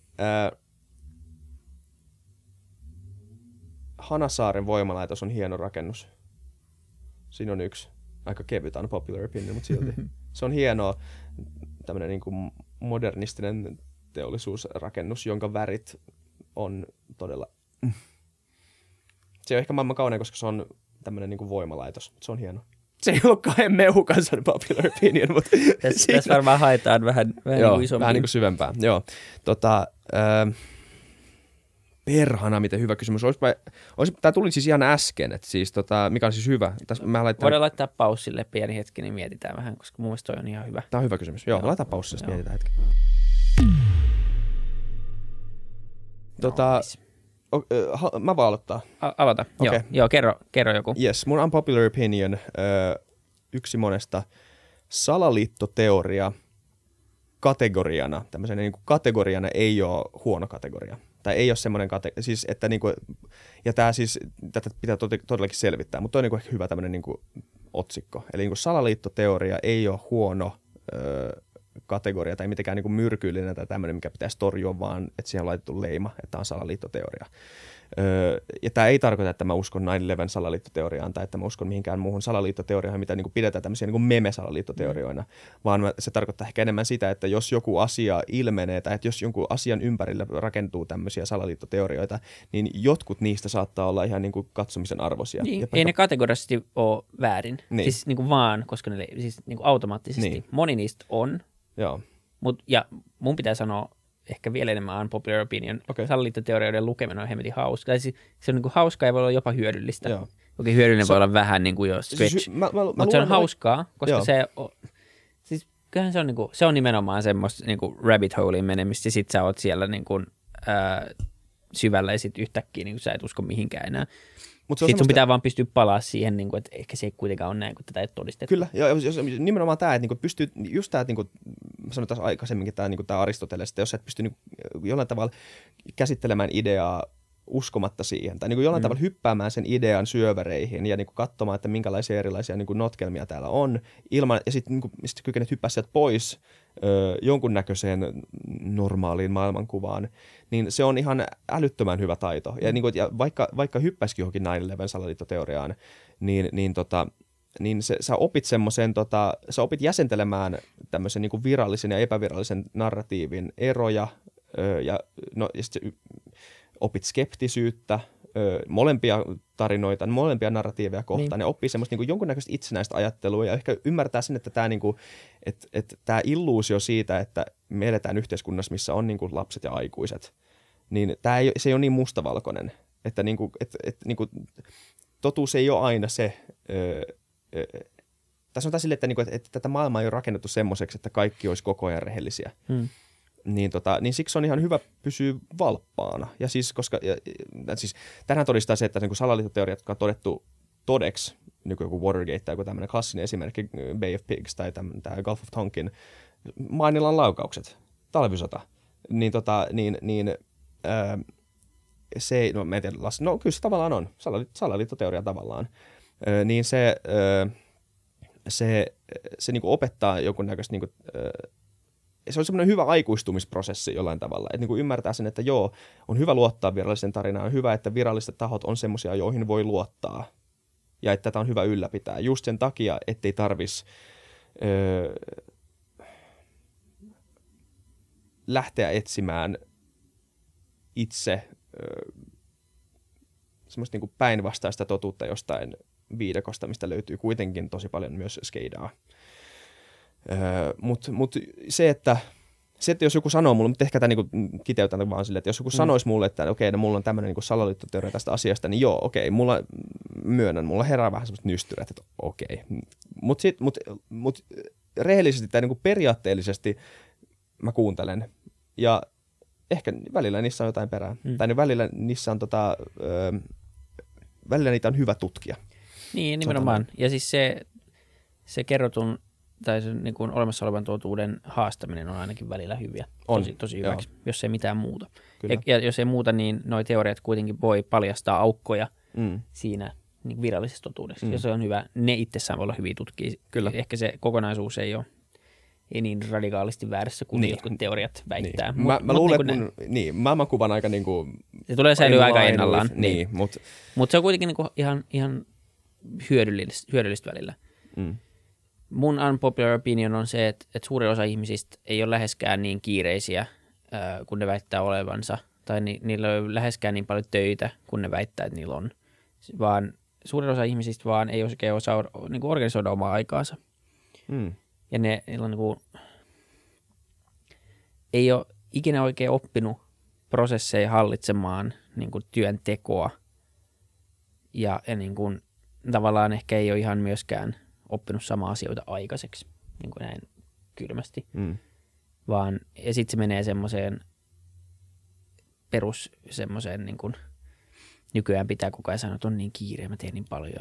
Hanasaaren voimalaitos on hieno rakennus. Siinä on yksi aika kevyt unpopular opinion, mutta silti. Se on hieno tämmöinen niin kuin modernistinen teollisuusrakennus, jonka värit on todella... Se on ehkä maailman kaunein, koska se on tämmöinen niin kuin voimalaitos. Se on hieno. Se ei ollutkaan meuhukansa popular opinion, mutta... Tässä varmaan haetaan vähän joo, niin kuin isommin. Vähän niin kuin syvempää, joo. Perhana, miten hyvä kysymys. Tämä tuli siis ihan äsken, että siis, mikä on siis hyvä. Voidaan laittaa paussille pieni hetki, niin mietitään vähän, koska mun mielestä toi on ihan hyvä. Tämä on hyvä kysymys. Joo, laitetaan paussille, mietitään hetki. Mä vaan aloittaa. Aloita. Okay. Joo, kerro joku. Yes, mun unpopular opinion, yksi monesta, salaliittoteoria kategoriana, tämmöisenä niin kuin kategoriana ei ole huono kategoria. Tai ei ole semmoinen siis että niinku, ja tää siis, tätä pitää todellakin selvittää, mutta toi on niinku ehkä hyvä tämmöinen niinku otsikko. Eli niinku salaliittoteoria ei ole huono kategoria tai mitenkään niinku myrkyllinen tai tämmöinen, mikä pitäisi torjua, vaan että siihen on laitettu leima, että on salaliittoteoria. Ja tämä ei tarkoita, että mä uskon 9/11 salaliittoteoriaan tai että mä uskon mihinkään muuhun salaliittoteoriaan, mitä niinku pidetään tämmöisiä niinku meme-salaliittoteorioina, vaan se tarkoittaa ehkä enemmän sitä, että jos joku asia ilmenee tai että jos jonkun asian ympärillä rakentuu tämmöisiä salaliittoteorioita, niin jotkut niistä saattaa olla ihan niinku katsomisen arvoisia. Niin, ei ne kategorisesti ole väärin, siis niinku vaan, koska ne siis niinku automaattisesti. Niin. Moni niistä on, joo. Ja mun pitää sanoa, ehkä vielä enemmän unpopular opinion. Okay. Salaliittoteorioiden lukeminen on hemmetin hauska. Se on niin kuin hauskaa ja voi olla jopa hyödyllistä. Joo. Okei, hyödyllinen voi olla vähän niin kuin jo stretch. Siis, mutta se on hauskaa, koska joo. Siis kyllähän se on, niin kuin, se on nimenomaan semmoista niin kuin rabbit holeen menemistä. Ja sit sä oot siellä niin kuin, syvällä ja sit yhtäkkiä niin kuin sä et usko mihinkään enää. Sitten sun pitää vaan pystyä palaa siihen, niin kuin, että ehkä se ei kuitenkaan ole näin, kun tätä ei todistettu. Kyllä, ja nimenomaan tämä, että niin pystyy, just tämä, niin sanoin taas aikaisemminkin, tämä Aristoteles, että jos et pysty niin jollain tavalla käsittelemään ideaa uskomatta siihen, tai niin jollain tavalla hyppäämään sen idean syövereihin ja niin katsomaan, että minkälaisia erilaisia niin notkelmia täällä on, ilman, ja sitten niin sit kykenet hyppää sieltä pois jonkunnäköiseen normaaliin maailmankuvaan, niin se on ihan älyttömän hyvä taito. Ja, niin kuin, ja vaikka hyppäisikin johonkin 9/11 salaliittoteoriaan, niin sä opit semmoisen, sä opit jäsentelemään tämmöisen niin kuin virallisen ja epävirallisen narratiivin eroja, ja sitten opit skeptisyyttä, molempia tarinoita, molempia narratiiveja kohtaan, niin. Ja oppii semmoista niin jonkunnäköistä itsenäistä ajattelua ja ehkä ymmärtää sen, että tämä, niin kuin, että tämä illuusio siitä, että me eletään yhteiskunnassa, missä on niin kuin lapset ja aikuiset, niin se ei ole niin mustavalkoinen, että, niin kuin, niin kuin, totuus ei ole aina se. Tässä on silleen, että tätä maailmaa ei ole rakennettu semmoiseksi, että kaikki olisi koko ajan rehellisiä. Niin siksi on ihan hyvä pysyä valppaana. Ja siis, koska tänään todistaa se, että niin salaliittoteoriat, jotka on todettu todeksi, niin kuin joku Watergate tai joku tämmöinen klassinen esimerkki, Bay of Pigs tai tämä Gulf of Tonkin, Mainilan laukaukset, talvisota, se, no mä en tiedä, no kyllä se tavallaan on, salaliittoteoria tavallaan, niin se niin kuin opettaa jonkunnäköistä niin kuin, se on semmoinen hyvä aikuistumisprosessi jollain tavalla, että niin kuin ymmärtää sen, että joo, on hyvä luottaa virallisen tarinaan, on hyvä, että viralliset tahot on semmoisia, joihin voi luottaa, ja että tätä on hyvä ylläpitää. Just sen takia, ettei tarvitsisi lähteä etsimään itse semmoista niin kuin päinvastaista totuutta jostain viidakosta, mistä löytyy kuitenkin tosi paljon myös skeidaa. Mutta se, että jos joku sanoo mulle, mutta ehkä tämä niinku kiteytän vaan silleen, että jos joku sanoisi mulle, että okei, no mulla on tämmöinen niinku salaliittoteoria tästä asiasta, niin joo, okei, mulla herää vähän semmoista nystyrät, että okei. Mutta rehellisesti tai niinku periaatteellisesti mä kuuntelen, ja ehkä välillä niissä on jotain perää, tai välillä niissä on välillä niitä on hyvä tutkia. Niin, nimenomaan. Ja siis se kerrotun tai se niin kuin olemassa olevan totuuden haastaminen on ainakin välillä hyviä. Tosi hyväksi, jos ei mitään muuta. Ja jos ei muuta, niin nuo teoriat kuitenkin voi paljastaa aukkoja siinä niin virallisessa totuudessa. Ja se on hyvä. Ne itsessään voi olla hyviä tutkia. Kyllä. Ehkä se kokonaisuus ei niin radikaalisti väärässä kuin jotkut teoriat väittää. Niin. Mä luulen, että maailmankuvan aika niin kuin se tulee säilyä aika ennallaan. Niin. Mutta se on kuitenkin niin kuin ihan hyödyllistä välillä. Mun unpopular opinion on se, että suurin osa ihmisistä ei ole läheskään niin kiireisiä, kun ne väittää olevansa. Tai niillä ei ole läheskään niin paljon töitä, kun ne väittää, että niillä on. Vaan suurin osa ihmisistä vaan ei oikein osaa niin kuin organisoida omaa aikaansa. Ja niillä on niin kuin, ei ole ikinä oikein oppinut prosesseja hallitsemaan niin kuin työntekoa ja niin kuin, tavallaan ehkä ei ole ihan myöskään oppinut samaa asioita aikaiseksi, niin kuin näin kylmästi, vaan ja sitten se menee semmoiseen semmoiseen niin kuin nykyään pitää koko ajan sanoa, että on niin kiire, mä teen niin paljon.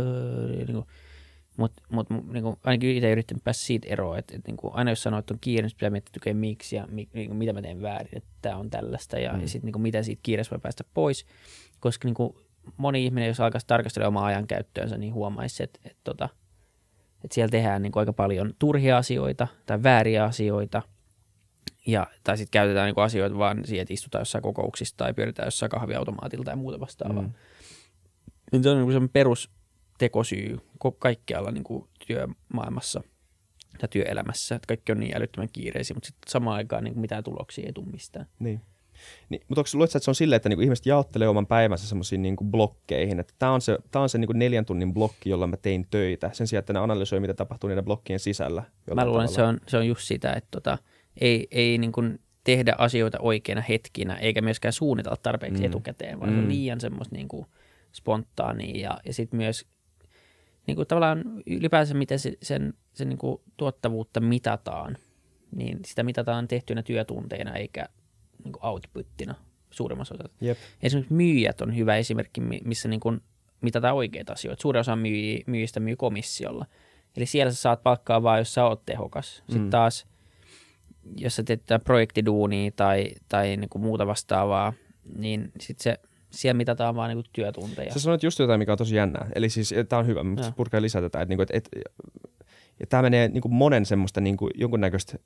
Mutta niin ainakin itse yrittänyt päästä siitä eroon, että niin aina jos sanoo, että on kiire, niin pitää miettiä, miksi ja mitä mä teen väärin, että tämä on tällaista ja sitten niin mitä siitä kiireessä voi päästä pois. Koska niin moni ihminen, jos alkaisi tarkastella omaa ajankäyttöönsä, niin huomaisi, että siellä tehdään niin aika paljon turhia asioita tai vääriä asioita. Tai sitten käytetään niinku asioita vaan siihen, että istutaan jossain kokouksissa tai pyöritään jossain kahviautomaatilla tai muuta vastaavaa. Niin se on niinku semmoinen perustekosyy kaikkialla niinku työmaailmassa tai työelämässä, että kaikki on niin älyttömän kiireisiä, mutta sitten samaan aikaan niinku mitään tuloksia ei tule mistään. Niin. Mutta luuletko, että se on silleen, että niinku ihmiset jaottelee oman päivänsä semmoisiin niinku blokkeihin, että tämä on se niinku 4 tunnin blokki, jolla mä tein töitä, sen sijaan, että ne analysoi, mitä tapahtuu niiden blokkien sisällä. Mä luulen, että se on just sitä, että ei niin kuin tehdä asioita oikeina hetkinä, eikä myöskään suunnitella tarpeeksi etukäteen, vaan se on liian semmoista niin kuin spontaania. Ja sitten myös niin kuin tavallaan ylipäänsä, miten sen niin kuin tuottavuutta mitataan, niin sitä mitataan tehtynä työtunteina eikä niin kuin outputtina suurimmassa osassa. Jep. Esimerkiksi myyjät on hyvä esimerkki, missä niin kuin mitataan oikeita asioita. Suurin osa myyjistä myy komissiolla. Eli siellä sä saat palkkaa vaan, jos sä oot tehokas. Sitten taas jos sä teet projektiduunia tai niin kuin muuta vastaavaa, niin sitten siellä mitataan vaan niin kuin työtunteja. Sä sanoit just jotain, mikä on tosi jännää. Eli siis tämä on hyvä, mutta purkaa lisää tätä. Ja tämä menee niin kuin monen semmoista niin kuin jonkunnäköistä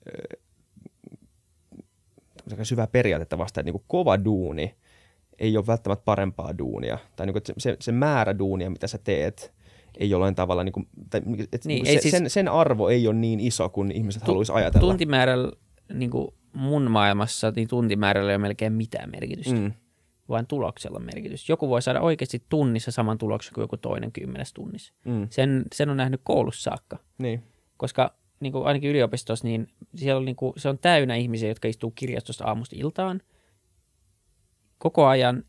syvää periaatetta vastaan, että niin kuin kova duuni ei ole välttämättä parempaa duunia. Tai niin kuin, se määrä duunia, mitä sä teet, ei jollain tavalla, niin kuin, sen arvo ei ole niin iso kuin ihmiset haluaisi ajatella. Tuntimäärällä niin kuin mun maailmassa, niin tuntimäärällä ei ole melkein mitään merkitystä, vaan tuloksella on merkitys. Joku voi saada oikeasti tunnissa saman tuloksen kuin joku toinen 10 tunnissa. Sen on nähnyt koulussa saakka. Niin. Koska niin kuin ainakin yliopistossa, niin siellä on, niin kuin, se on täynnä ihmisiä, jotka istuu kirjastosta aamusta iltaan koko ajan,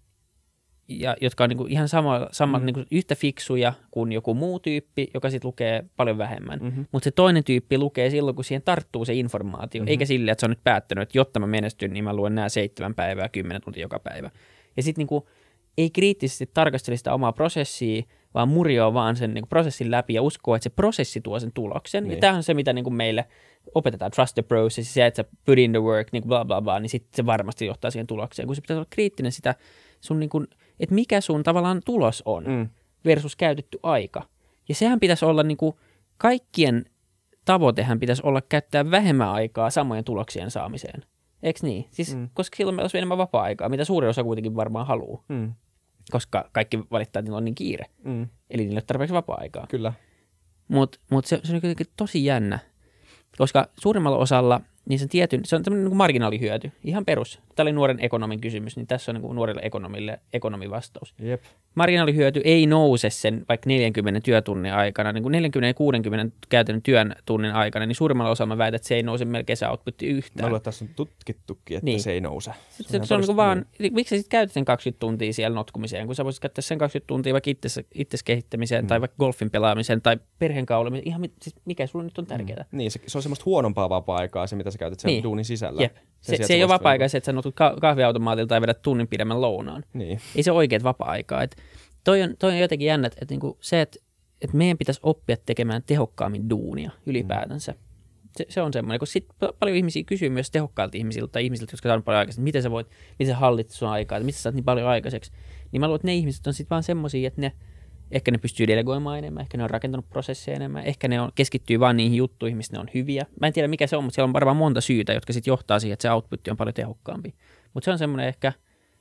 ja jotka on niin kuin ihan niin kuin yhtä fiksuja kuin joku muu tyyppi, joka sitten lukee paljon vähemmän. Mutta se toinen tyyppi lukee silloin, kun siihen tarttuu se informaatio, eikä silleen, että se on nyt päättänyt, että jotta mä menestyn, niin mä luen nämä 7 päivää, 10 tuntia joka päivä. Ja sitten niin ei kriittisesti tarkastele sitä omaa prosessia, vaan murjoo vaan sen niin kuin prosessin läpi ja uskoo, että se prosessi tuo sen tuloksen. Niin. Ja tämähän on se, mitä niin kuin meille opetetaan, trust the process, se, että sä put in the work, niin kuin bla bla bla, niin sitten se varmasti johtaa siihen tulokseen. Kun se pitäisi olla kriittinen sitä sun niin kuin, että mikä sun tavallaan tulos on versus käytetty aika. Ja sehän pitäisi olla niin kuin, kaikkien tavoitehan pitäisi olla käyttää vähemmän aikaa samojen tuloksien saamiseen. Eikö niin? Siis, koska silloin meillä olisi enemmän vapaa-aikaa, mitä suurin osa kuitenkin varmaan haluaa. Koska kaikki valittaa, että niillä on niin kiire. Eli niillä ei ole tarpeeksi vapaa-aikaa. Kyllä. Mut se on kuitenkin tosi jännä, koska suurimmalla osalla niin se on tämmöinen niin kuin marginaalihyöty, ihan perus. Tämä oli nuoren ekonomin kysymys, niin tässä on niin kuin nuorille ekonomille ekonomivastaus. Jep. Marginaalihyöty ei nouse sen vaikka 40 työtunnin aikana, niin kuin 40-60 käytännön työn tunnin aikana, niin suurimmalla osalla mä väitän, että se ei nouse melkein se outputti yhtään. Mä luulen, että tässä on tutkittukin, että se ei nouse. Se on niin vaan, miksi sä sitten käytät sen 20 tuntia siellä notkumiseen, kun sä voisit käyttää sen 20 tuntia vaikka itses kehittämiseen tai vaikka golfin pelaamiseen tai perheen kaulimiseen, ihan siis mikä sulla nyt on tärkeää. Niin, se on semmoista huonompaa vapaa-aikaa, se mitä sä käytät sen duunin sisällä. Jep. Se ei ole vapaa-aikaa se, että sä notkut kahviautomaatilta tai vedät tunnin pidemmän lounaan. Niin. Ei se ole oikeat vapaa-aikaa. Toi on jotenkin jännä, että niinku se, että meidän pitäisi oppia tekemään tehokkaammin duunia ylipäätänsä. Se on semmoinen, kun sitten paljon ihmisiä kysyy myös tehokkailta ihmisiltä tai ihmisiltä, jotka saanut paljon aikaisemmin, miten sä hallitset sun aikaa, että miten sä saat niin paljon aikaiseksi. Niin mä luulen, että ne ihmiset on sitten vaan semmoisia, että ehkä ne pystyy delegoimaan enemmän, ehkä ne on rakentanut prosesseja enemmän, ehkä ne keskittyy vaan niihin juttuihin, missä ne on hyviä. Mä en tiedä mikä se on, mutta siellä on varmaan monta syytä, jotka sitten johtaa siihen, että se output on paljon tehokkaampi. Mutta se on semmoinen ehkä,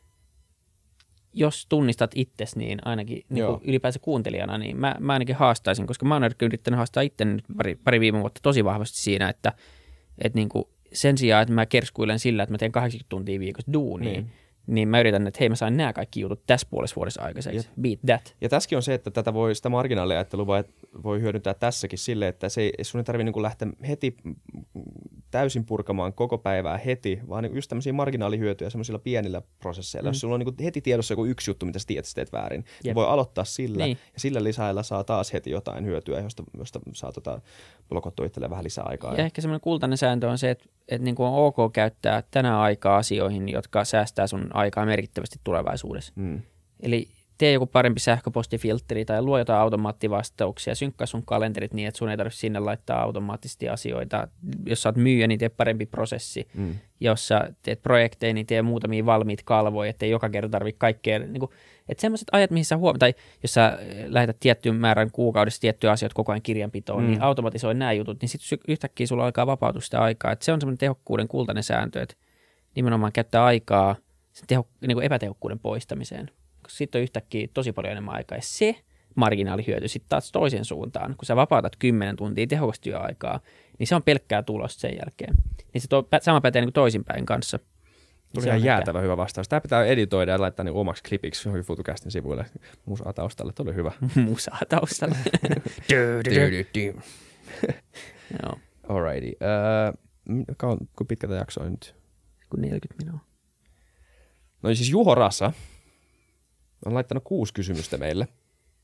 jos tunnistat itsesi, niin ainakin niin ylipäänsä kuuntelijana, niin mä ainakin haastaisin, koska mä oon yrittänyt haastaa itteni nyt pari viime vuotta tosi vahvasti siinä, että niin kuin sen sijaan, että mä kerskuilen sillä, että mä teen 80 tuntia viikossa duunia, niin mä yritän, että hei mä sain nämä kaikki jutut tässä puolessa vuodessa aikaiseksi. Beat that. Ja tässäkin on se, että sitä marginaaliajattelua voi hyödyntää tässäkin silleen, että sun ei tarvitse niin lähteä heti täysin purkamaan koko päivää heti, vaan niin just tämmöisiä marginaalihyötyjä semmoisilla pienillä prosesseilla. Jos sulla on niin heti tiedossa joku yksi juttu, mitä sä tiedät, sä teet väärin, niin voi aloittaa sillä, ja sillä lisäillä saa taas heti jotain hyötyä, josta saa blokottua itselleen vähän lisää aikaa. Ja ehkä semmoinen kultainen sääntö on se, että niin kuin on ok käyttää tänä aikaa asioihin, jotka säästää sun aikaa merkittävästi tulevaisuudessa. Eli tee joku parempi sähköpostifiltteri tai luo jotain automaattivastauksia, synkkää sun kalenterit niin, että sun ei tarvitse sinne laittaa automaattisesti asioita. Jos sä oot myyjä, niin tee parempi prosessi. Jos sä teet projekteja, niin tee muutamia valmiit kalvoja, ettei joka kerta tarvitse kaikkea. Niin kuin, että sellaiset ajat, mihin sä tai jos sä lähetät tiettyyn määrän kuukaudessa tiettyjä asioita koko ajan kirjanpitoon, niin automatisoi nämä jutut, niin sitten yhtäkkiä sulla alkaa vapautua sitä aikaa. Että se on semmoinen tehokkuuden kultainen sääntö, että nimenomaan käyttää aikaa sen niin kuin epätehokkuuden poistamiseen. Sitten on yhtäkkiä tosi paljon enemmän aikaa. Ja se marginaalihyöty sitten taas toisen suuntaan. Kun sä vapautat 10 tuntia tehokasta työaikaa, niin se on pelkkää tulosta sen jälkeen. Niin se sama pätee niin toisinpäin kanssa. Tuli ihan jäätävä hyvä vastaus. Tämä pitää editoida ja laittaa niin omaksi klipiksi FutuCastin sivuille. Musaa taustalle, tuo oli hyvä. Musaa taustalle. Joo. Alrighty. Kuinka pitkä tämä jakso on nyt? Kun 40 minuuttia. No siis Juho Rasa on laittanut 6 kysymystä meille. 6.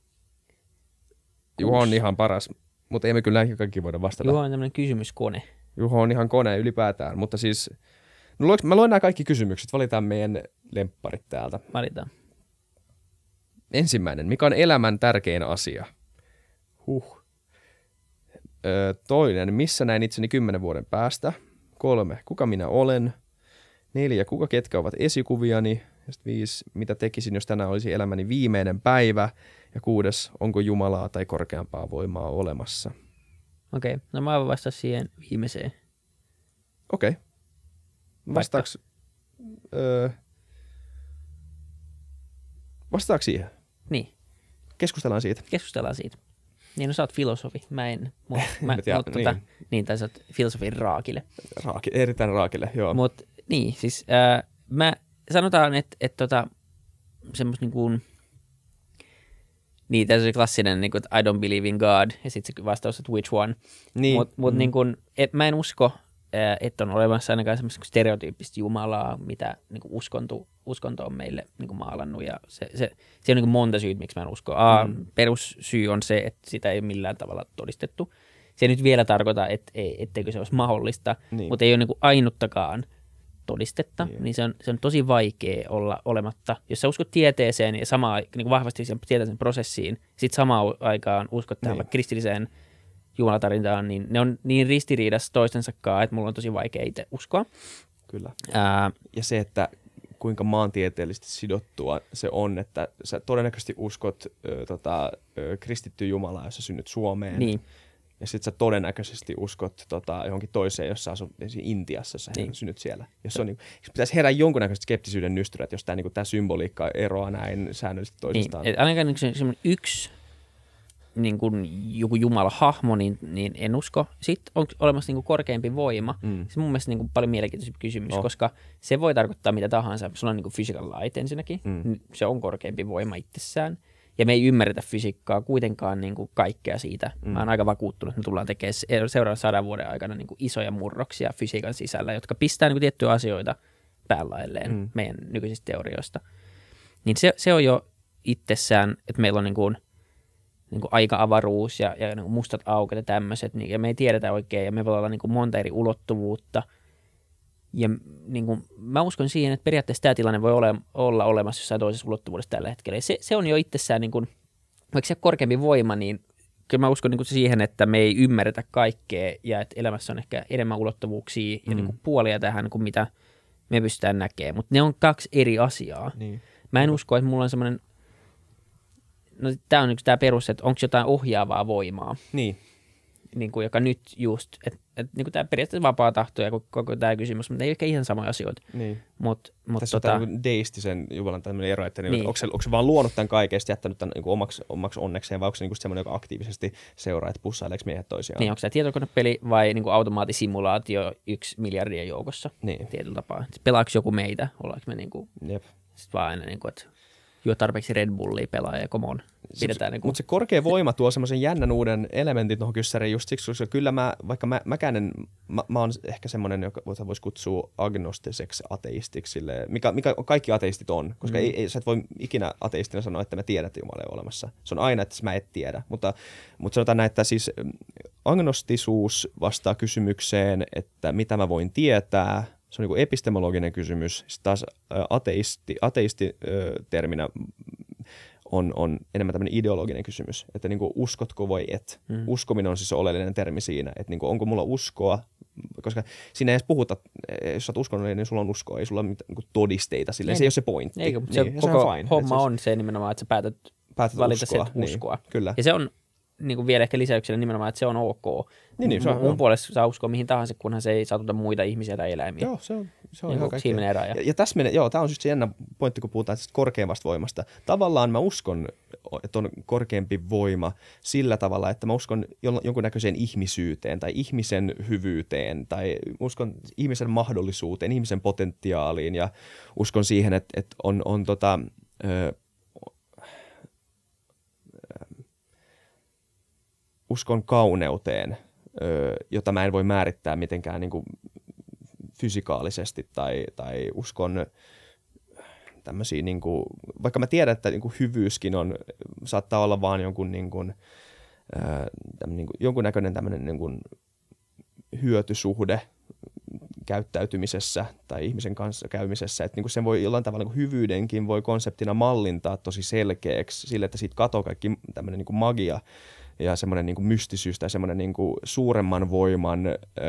Juho on ihan paras, mutta ei me kyllä kaikki voida vastata. Juho on tämmöinen kysymyskone. Juho on ihan kone ylipäätään, mutta siis mä luen nämä kaikki kysymykset, valitaan meidän lempparit täältä. Valitaan. Ensimmäinen, mikä on elämän tärkein asia? Toinen, missä näin itseni 10 vuoden päästä? 3, kuka minä olen? 4, ketkä ovat esikuviani? Ja 5, mitä tekisin, jos tänään olisi elämäni viimeinen päivä? Ja 6, onko Jumalaa tai korkeampaa voimaa olemassa? Okei, no mä voin vastata siihen viimeiseen. Okei. Vastaako siihen? Niin. Keskustellaan siitä. Niin, no sä oot filosofi. Mä en. Niin, tai sä oot filosofin raakille. Erittäin raakille, joo. Mut niin, siis mä sanotaan, että semmos niin tässä on se klassinen, niin kuin, että I don't believe in God, ja sitten se vastaus, että which one. Niin. Mutta niin kuin, mä en usko, että on olemassa ainakaan semmoista stereotyyppistä Jumalaa, mitä niin kuin uskonto on meille niin kuin maalannut, ja se on niin kuin monta syytä, miksi mä en usko. Perussyy on se, että sitä ei ole millään tavalla todistettu. Se ei nyt vielä tarkoita, etteikö se olisi mahdollista, mutta ei ole niin kuin ainuttakaan todistetta, niin se on tosi vaikea olla olematta. Jos sä uskot tieteeseen ja samaan niin vahvasti siihen tieteellisen prosessiin, sitten samaan aikaan uskot tähän kristilliseen jumalatarintaan, niin ne on niin ristiriidassa toistensa kanssa, että mulla on tosi vaikea itse uskoa. Kyllä. Ja se, että kuinka maantieteellisesti sidottua se on, että sä todennäköisesti uskot kristittyä Jumalaa, jos sä synnyt Suomeen. Niin. Ja sit sä todennäköisesti uskot johonkin toiseen, jos sä asut Intiassa, jos sä synnyt siellä. Jos on, pitäisi herää jonkunnäköistä skeptisyyden nystyrä, että jos tämä symboliikka eroaa näin säännöllisesti toisistaan. Niin, ainakaan semmoinen yksi niin kuin joku Jumala-hahmo, niin en usko. Sitten on olemassa niin kuin korkeampi voima. Se on mun mielestä niin kuin paljon mielenkiintoisempi kysymys, koska se voi tarkoittaa mitä tahansa. Se on niin kuin physical light ensinnäkin. Se on korkeampi voima itsessään. Ja me ei ymmärretä fysiikkaa kuitenkaan niin kuin kaikkea siitä. Mä oon aika vakuuttunut, että me tullaan tekemään seuraavan 100 vuoden aikana niin kuin isoja murroksia fysiikan sisällä, jotka pistää niin kuin tiettyjä asioita päällailleen meidän nykyisistä teorioista. Niin se on jo itsessään, että meillä on niin kuin aika-avaruus ja niin kuin mustat auket ja tämmöiset, niin, ja me ei tiedetä oikein, ja me voi olla niin kuin monta eri ulottuvuutta. Ja niin kuin, mä uskon siihen, että periaatteessa tämä tilanne voi olla olemassa jossain toisessa ulottuvuudessa tällä hetkellä. Se on jo itsessään, niin kuin, vaikka se on korkeampi voima, niin kyllä mä uskon niin kuin siihen, että me ei ymmärretä kaikkea ja että elämässä on ehkä enemmän ulottuvuuksia ja niin kuin puolia tähän kuin mitä me pystytään näkemään. Mutta ne on 2 eri asiaa. Niin. Mä en usko, että mulla on semmoinen, no tämä on tämä perus, että onko jotain ohjaavaa voimaa. Niin kuin, joka nyt just, että niin tämä periaatteessa vapaa tahto ja koko tämä kysymys, mutta ei ehkä ihan samoja asioita. Niin. Tässä on tämä deistisen Jumalan tämmöinen ero, että niin. onko se vaan luonut tämän kaiken ja jättänyt tämän niin omaksi onnekseen, vai onko se niin semmoinen, joka aktiivisesti seuraa, että pussaileeko miehet toisiaan? Niin, onko se tietokonepeli vai niin automaatisimulaatio 1 miljardien joukossa tietyllä tapaa? Pelaako joku meitä? Ollaanko me niin kuin, sitten vaan aina, niin kuin, että juo tarpeeksi Red Bullia pelaa ja come on. Pidetään niin kuin... Mutta se korkea voima tuo semmoisen jännän uuden elementin tuohon kyssäriin just siksi, koska kyllä mäkään en, mä oon ehkä semmoinen, joka voisi kutsua agnostiseksi ateistiksi, mikä kaikki ateistit on, koska sä et voi ikinä ateistina sanoa, että mä tiedän, että Jumala ei ole olemassa. Se on aina, että mä et tiedä, mutta sanotaan näin, että siis agnostisuus vastaa kysymykseen, että mitä mä voin tietää. Se on niin kuin epistemologinen kysymys. Sitten taas ateisti-terminä on enemmän tämmöinen ideologinen kysymys, että niin kuin uskotko vai et. Uskominen on siis oleellinen termi siinä, että niin kuin onko mulla uskoa, koska siinä ei edes puhuta, jos sä oot uskonnollinen, niin sulla on uskoa, ei sulla ole mitään niin todisteita silleen, se ei ole se pointti. Eikö, se koko homma on se nimenomaan, että sä päätät valita sen uskoa. Niin, kyllä. Ja se on niin kuin vielä ehkä lisäyksenä nimenomaan, että se on ok. Mun puolesta saa uskoa mihin tahansa, kunhan se ei satuta muita ihmisiä tai eläimiä. Joo, se on niin ihan kaikkea. Siinä menee raja. Ja tässä menee, tämä on just se jännä pointti, kun puhutaan korkeammasta voimasta. Tavallaan mä uskon, että on korkeampi voima sillä tavalla, että mä uskon jonkunnäköiseen ihmisyyteen tai ihmisen hyvyyteen tai uskon ihmisen mahdollisuuteen, ihmisen potentiaaliin ja uskon siihen, että on uskon kauneuteen, jota mä en voi määrittää mitenkään niin kuin fysikaalisesti tai uskon tämmöisiä, niin kuin, vaikka mä tiedän, että niin kuin hyvyyskin saattaa olla vaan jonkunnäköinen tämmöinen niin kuin hyötysuhde käyttäytymisessä tai ihmisen kanssa käymisessä, että niin kuin sen voi jollain tavalla niin kuin hyvyydenkin voi konseptina mallintaa tosi selkeäksi sille, että siitä katoo kaikki tämmöinen niin kuin magia ja semmoinen niin kuin mystisyys tai semmoinen niin kuin suuremman voiman,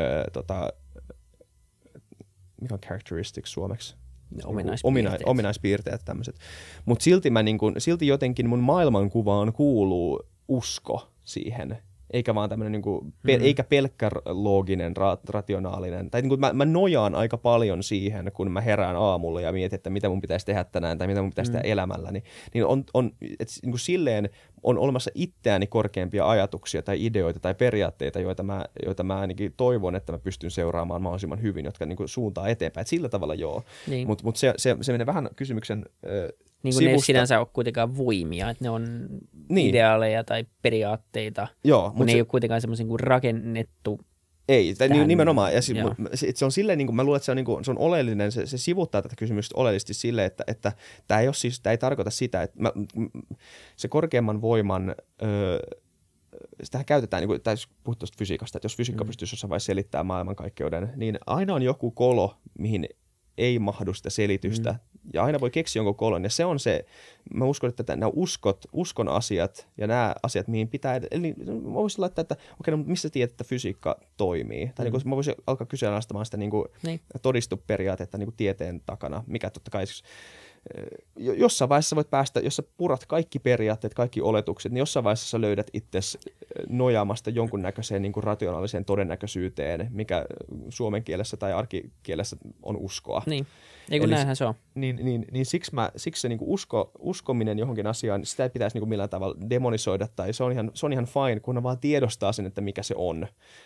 mikä on characteristics suomeksi? Ominaispiirteet tämmöiset. Mutta silti jotenkin mun maailmankuvaan kuuluu usko siihen, eikä vaan tämmöinen niinku, eikä pelkkä looginen, rationaalinen. Tai niinku, mä nojaan aika paljon siihen, kun mä herään aamulla ja mietin, että mitä mun pitäisi tehdä tänään tai mitä mun pitäisi tehdä elämälläni. Niin niinku silleen on olemassa itseäni korkeampia ajatuksia tai ideoita tai periaatteita, joita mä ainakin toivon, että mä pystyn seuraamaan mahdollisimman hyvin, jotka niinku suuntaa eteenpäin. Et sillä tavalla joo. Niin. Mutta se menee vähän kysymyksen niin kuin ne ei sinänsä ole kuitenkaan voimia, että ne on ideaaleja tai periaatteita, joo, mutta ne ei ole kuitenkaan semmoisia kuin rakennettu. Ei, nimenomaan. Ja se on silleen, niin kuin, mä luulen, että se on oleellinen, se sivuttaa tätä kysymystä oleellisesti silleen, että tämä ei ole siis, tämä ei tarkoita sitä, että se korkeamman voiman, sitähän käytetään, niin kuin, tai puhut tuosta fysiikasta, että jos fysiikka pystyisi jossain vaiheessa selittämään maailmankaikkeuden, niin aina on joku kolo, mihin ei mahdu sitä selitystä, ja aina voi keksiä jonkun kolon, ja se on se, mä uskon, että nämä uskon asiat, ja nämä asiat, mihin pitää, eli mä voisin laittaa, että okei, no, missä tiedät, että fysiikka toimii, tai niin kuin, mä voisin alkaa kyseenalaistamaan sitä niin kuin todistuperiaatetta niin kuin tieteen takana, mikä totta kai jossain vaiheessa voit päästä, jos sä purat kaikki periaatteet, kaikki oletukset, niin jossain vaiheessa sä löydät itsesi nojaamasta jonkunnäköiseen niin kuin rationaaliseen todennäköisyyteen, mikä suomen kielessä tai arkikielessä on uskoa. Niin, ei kun näinhän se on. Niin siksi se niin kuin uskominen johonkin asiaan, sitä ei pitäisi niin kuin millään tavalla demonisoida, tai se on ihan fine, kun vaan tiedostaa sen, että mikä se on.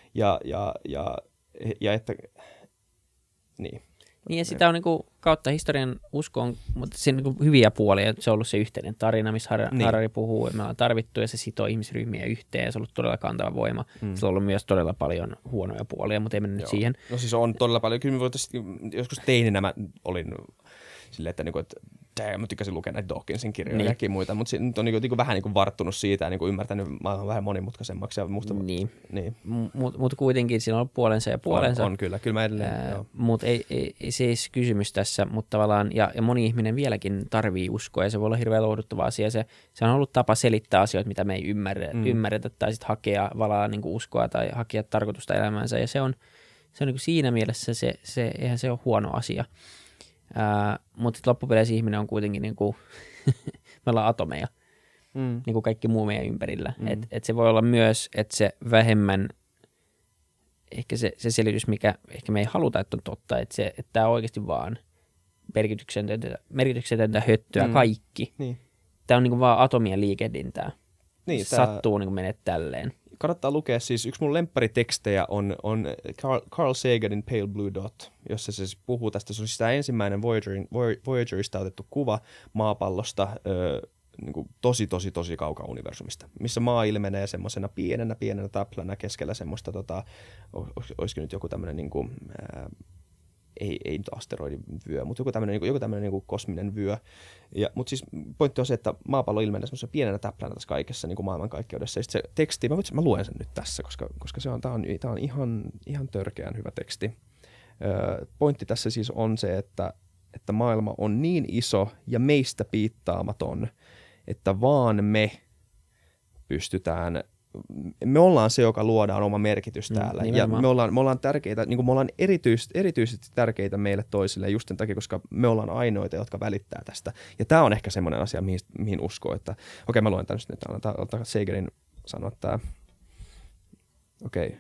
Ja että, niin. Niin ja sitä on niin kuin, kautta historian uskoon, mutta siinä on niin kuin hyviä puolia. Se on ollut se yhteinen tarina, missä Harari puhuu, että me ollaan tarvittu ja se sitoo ihmisryhmiä yhteen ja se on ollut todella kantava voima. Se on ollut myös todella paljon huonoja puolia, mutta ei mennä nyt siihen. No siis on todella paljon. Kyllä joskus teininä mä olin silleen, että mä tykkäsin lukea näitä Dawkinsin kirjoja ja muita, mutta nyt on niin vähän niin varttunut siitä ja niin ymmärtänyt maailman vähän monimutkaisemmaksi. Ja musta, niin. Mutta kuitenkin siinä on puolensa ja puolensa. On kyllä mä edelleen. Mutta ei siis kysymys tässä, mutta tavallaan, ja moni ihminen vieläkin tarvii uskoa ja se voi olla hirveän lohduttava asia. Se on ollut tapa selittää asioita, mitä me ei ymmärretä tai sitten hakea valaa niin kuin uskoa tai hakea tarkoitusta elämäänsä ja se on niin kuin siinä mielessä eihän se ole huono asia. Mutta loppupeleissä ihminen on kuitenkin niin kuin me ollaan atomeja, niin kuin kaikki muu meidän ympärillä. Et se voi olla myös, että se vähemmän, ehkä se selitys, mikä ehkä me ei haluta, että on totta, että tämä on oikeasti vaan merkityksetöntä höttöä kaikki. Niin. Tämä on niin kuin vaan atomien liikehdintää. Niin, sattuu niin kuin menet tälleen. kannattaa lukea siis, yksi mun lempparitekstejä on Carl Saganin Pale Blue Dot, jossa se siis puhuu tästä, se on siis tämä ensimmäinen Voyagerista otettu kuva maapallosta, niin kuin tosi kaukaa universumista, missä maa ilmenee semmoisena pienenä täplänä keskellä semmoista, olisiko nyt joku tämmöinen, niin kuin, ei nyt asteroidivyö, mutta joku tämmöinen niin kuin kosminen vyö. Mutta siis pointti on se, että maapallo ilmenee semmoisena pienenä täplänä tässä kaikessa niin kuin maailmankaikkeudessa. Ja sitten se teksti, mä luen sen nyt tässä, koska tämä on ihan törkeän hyvä teksti. Pointti tässä siis on se, että maailma on niin iso ja meistä piittaamaton, että vaan me ollaan se, joka luodaan oma merkitys täällä. Ja me ollaan tärkeitä, niin kuin me ollaan erityisesti tärkeitä meille toisille just sen takia, koska me ollaan ainoita, jotka välittää tästä. Ja tämä on ehkä semmoinen asia, mihin uskoo, että okei, mä luen tämän nyt, antaa Saganin sanoa tämä. Okei.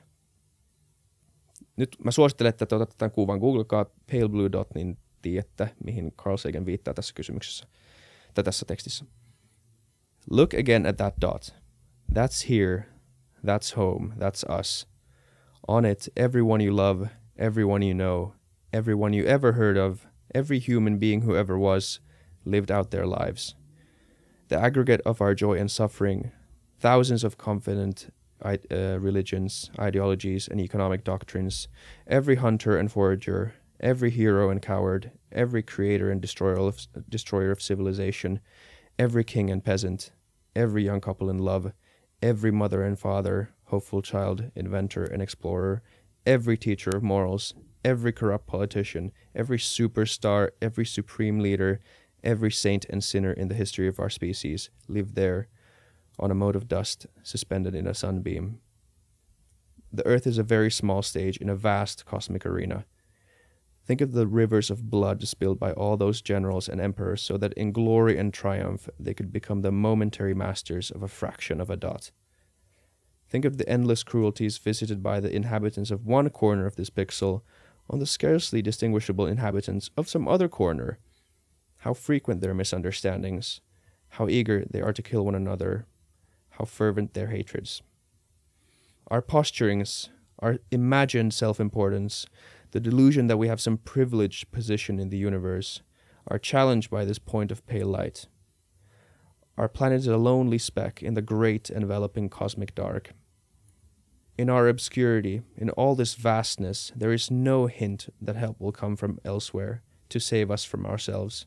Nyt mä suosittelen, että te otatte tämän kuvan, googlekaa Pale Blue Dot, niin tiedätte, mihin Carl Sagan viittaa tässä kysymyksessä, tai tässä tekstissä. Look again at that dot. That's here. That's home. That's us. On it, everyone you love, everyone you know, everyone you ever heard of, every human being who ever was, lived out their lives. The aggregate of our joy and suffering, thousands of confident religions, ideologies, and economic doctrines, every hunter and forager, every hero and coward, every creator and destroyer of civilization, every king and peasant, every young couple in love, every mother and father, hopeful child, inventor and explorer, every teacher of morals, every corrupt politician, every superstar, every supreme leader, every saint and sinner in the history of our species lived there on a mote of dust suspended in a sunbeam. The earth is a very small stage in a vast cosmic arena. Think of the rivers of blood spilled by all those generals and emperors so that in glory and triumph they could become the momentary masters of a fraction of a dot. Think of the endless cruelties visited by the inhabitants of one corner of this pixel on the scarcely distinguishable inhabitants of some other corner. How frequent their misunderstandings, how eager they are to kill one another, how fervent their hatreds. Our posturings, our imagined self-importance, the delusion that we have some privileged position in the universe, are challenged by this point of pale light. Our planet is a lonely speck in the great enveloping cosmic dark. In our obscurity, in all this vastness, there is no hint that help will come from elsewhere to save us from ourselves.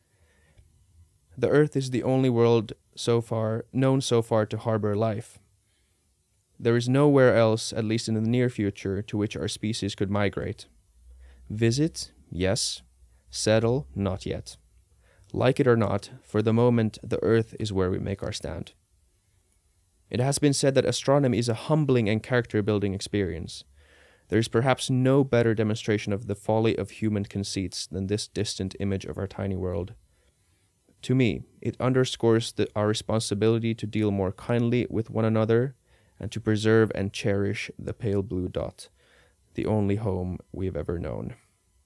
The Earth is the only world known so far to harbor life. There is nowhere else, at least in the near future, to which our species could migrate. Visit, yes. Settle, not yet. Like it or not, for the moment, the Earth is where we make our stand. It has been said that astronomy is a humbling and character-building experience. There is perhaps no better demonstration of the folly of human conceits than this distant image of our tiny world. To me, it underscores our responsibility to deal more kindly with one another and to preserve and cherish the pale blue dot, the only home we've ever known.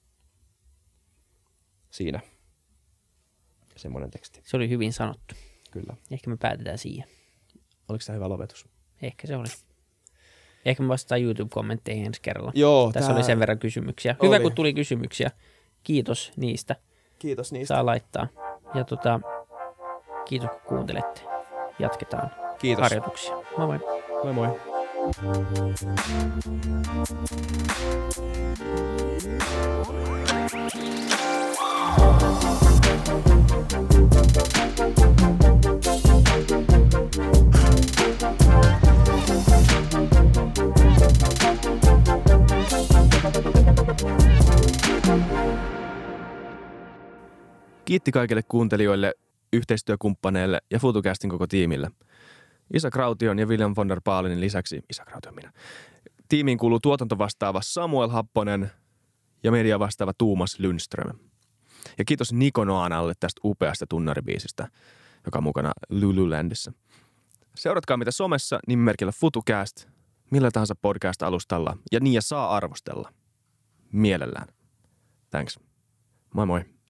Siinä. Semmoinen teksti. Se oli hyvin sanottu. Kyllä. Ehkä me päätetään siihen. Oliko tämä hyvä lopetus? Ehkä se oli. Ehkä me vastataan YouTube-kommentteihin ensi kerralla. Joo. Tässä oli sen verran kysymyksiä. Hyvä, kun tuli kysymyksiä. Kiitos niistä. Kiitos niistä. Saa laittaa. Ja kiitos kun kuuntelette. Jatketaan harjoituksia. Moi moi. Moi moi. Kiitti kaikille kuuntelijoille, yhteistyökumppaneille ja FutuCastin koko tiimille. Isa Kraution ja William von der Baalinin lisäksi, Isa Kraution minä, tiimiin kuuluu tuotantovastaava Samuel Happonen ja media vastaava Tuumas Lundström. Ja kiitos Niko Noanalle tästä upeasta tunnaribiisistä, joka on mukana Lululandissa. Seuratkaa mitä somessa nimimerkillä FutuCast, millä tahansa podcast-alustalla ja saa arvostella. Mielellään. Thanks. Moi moi.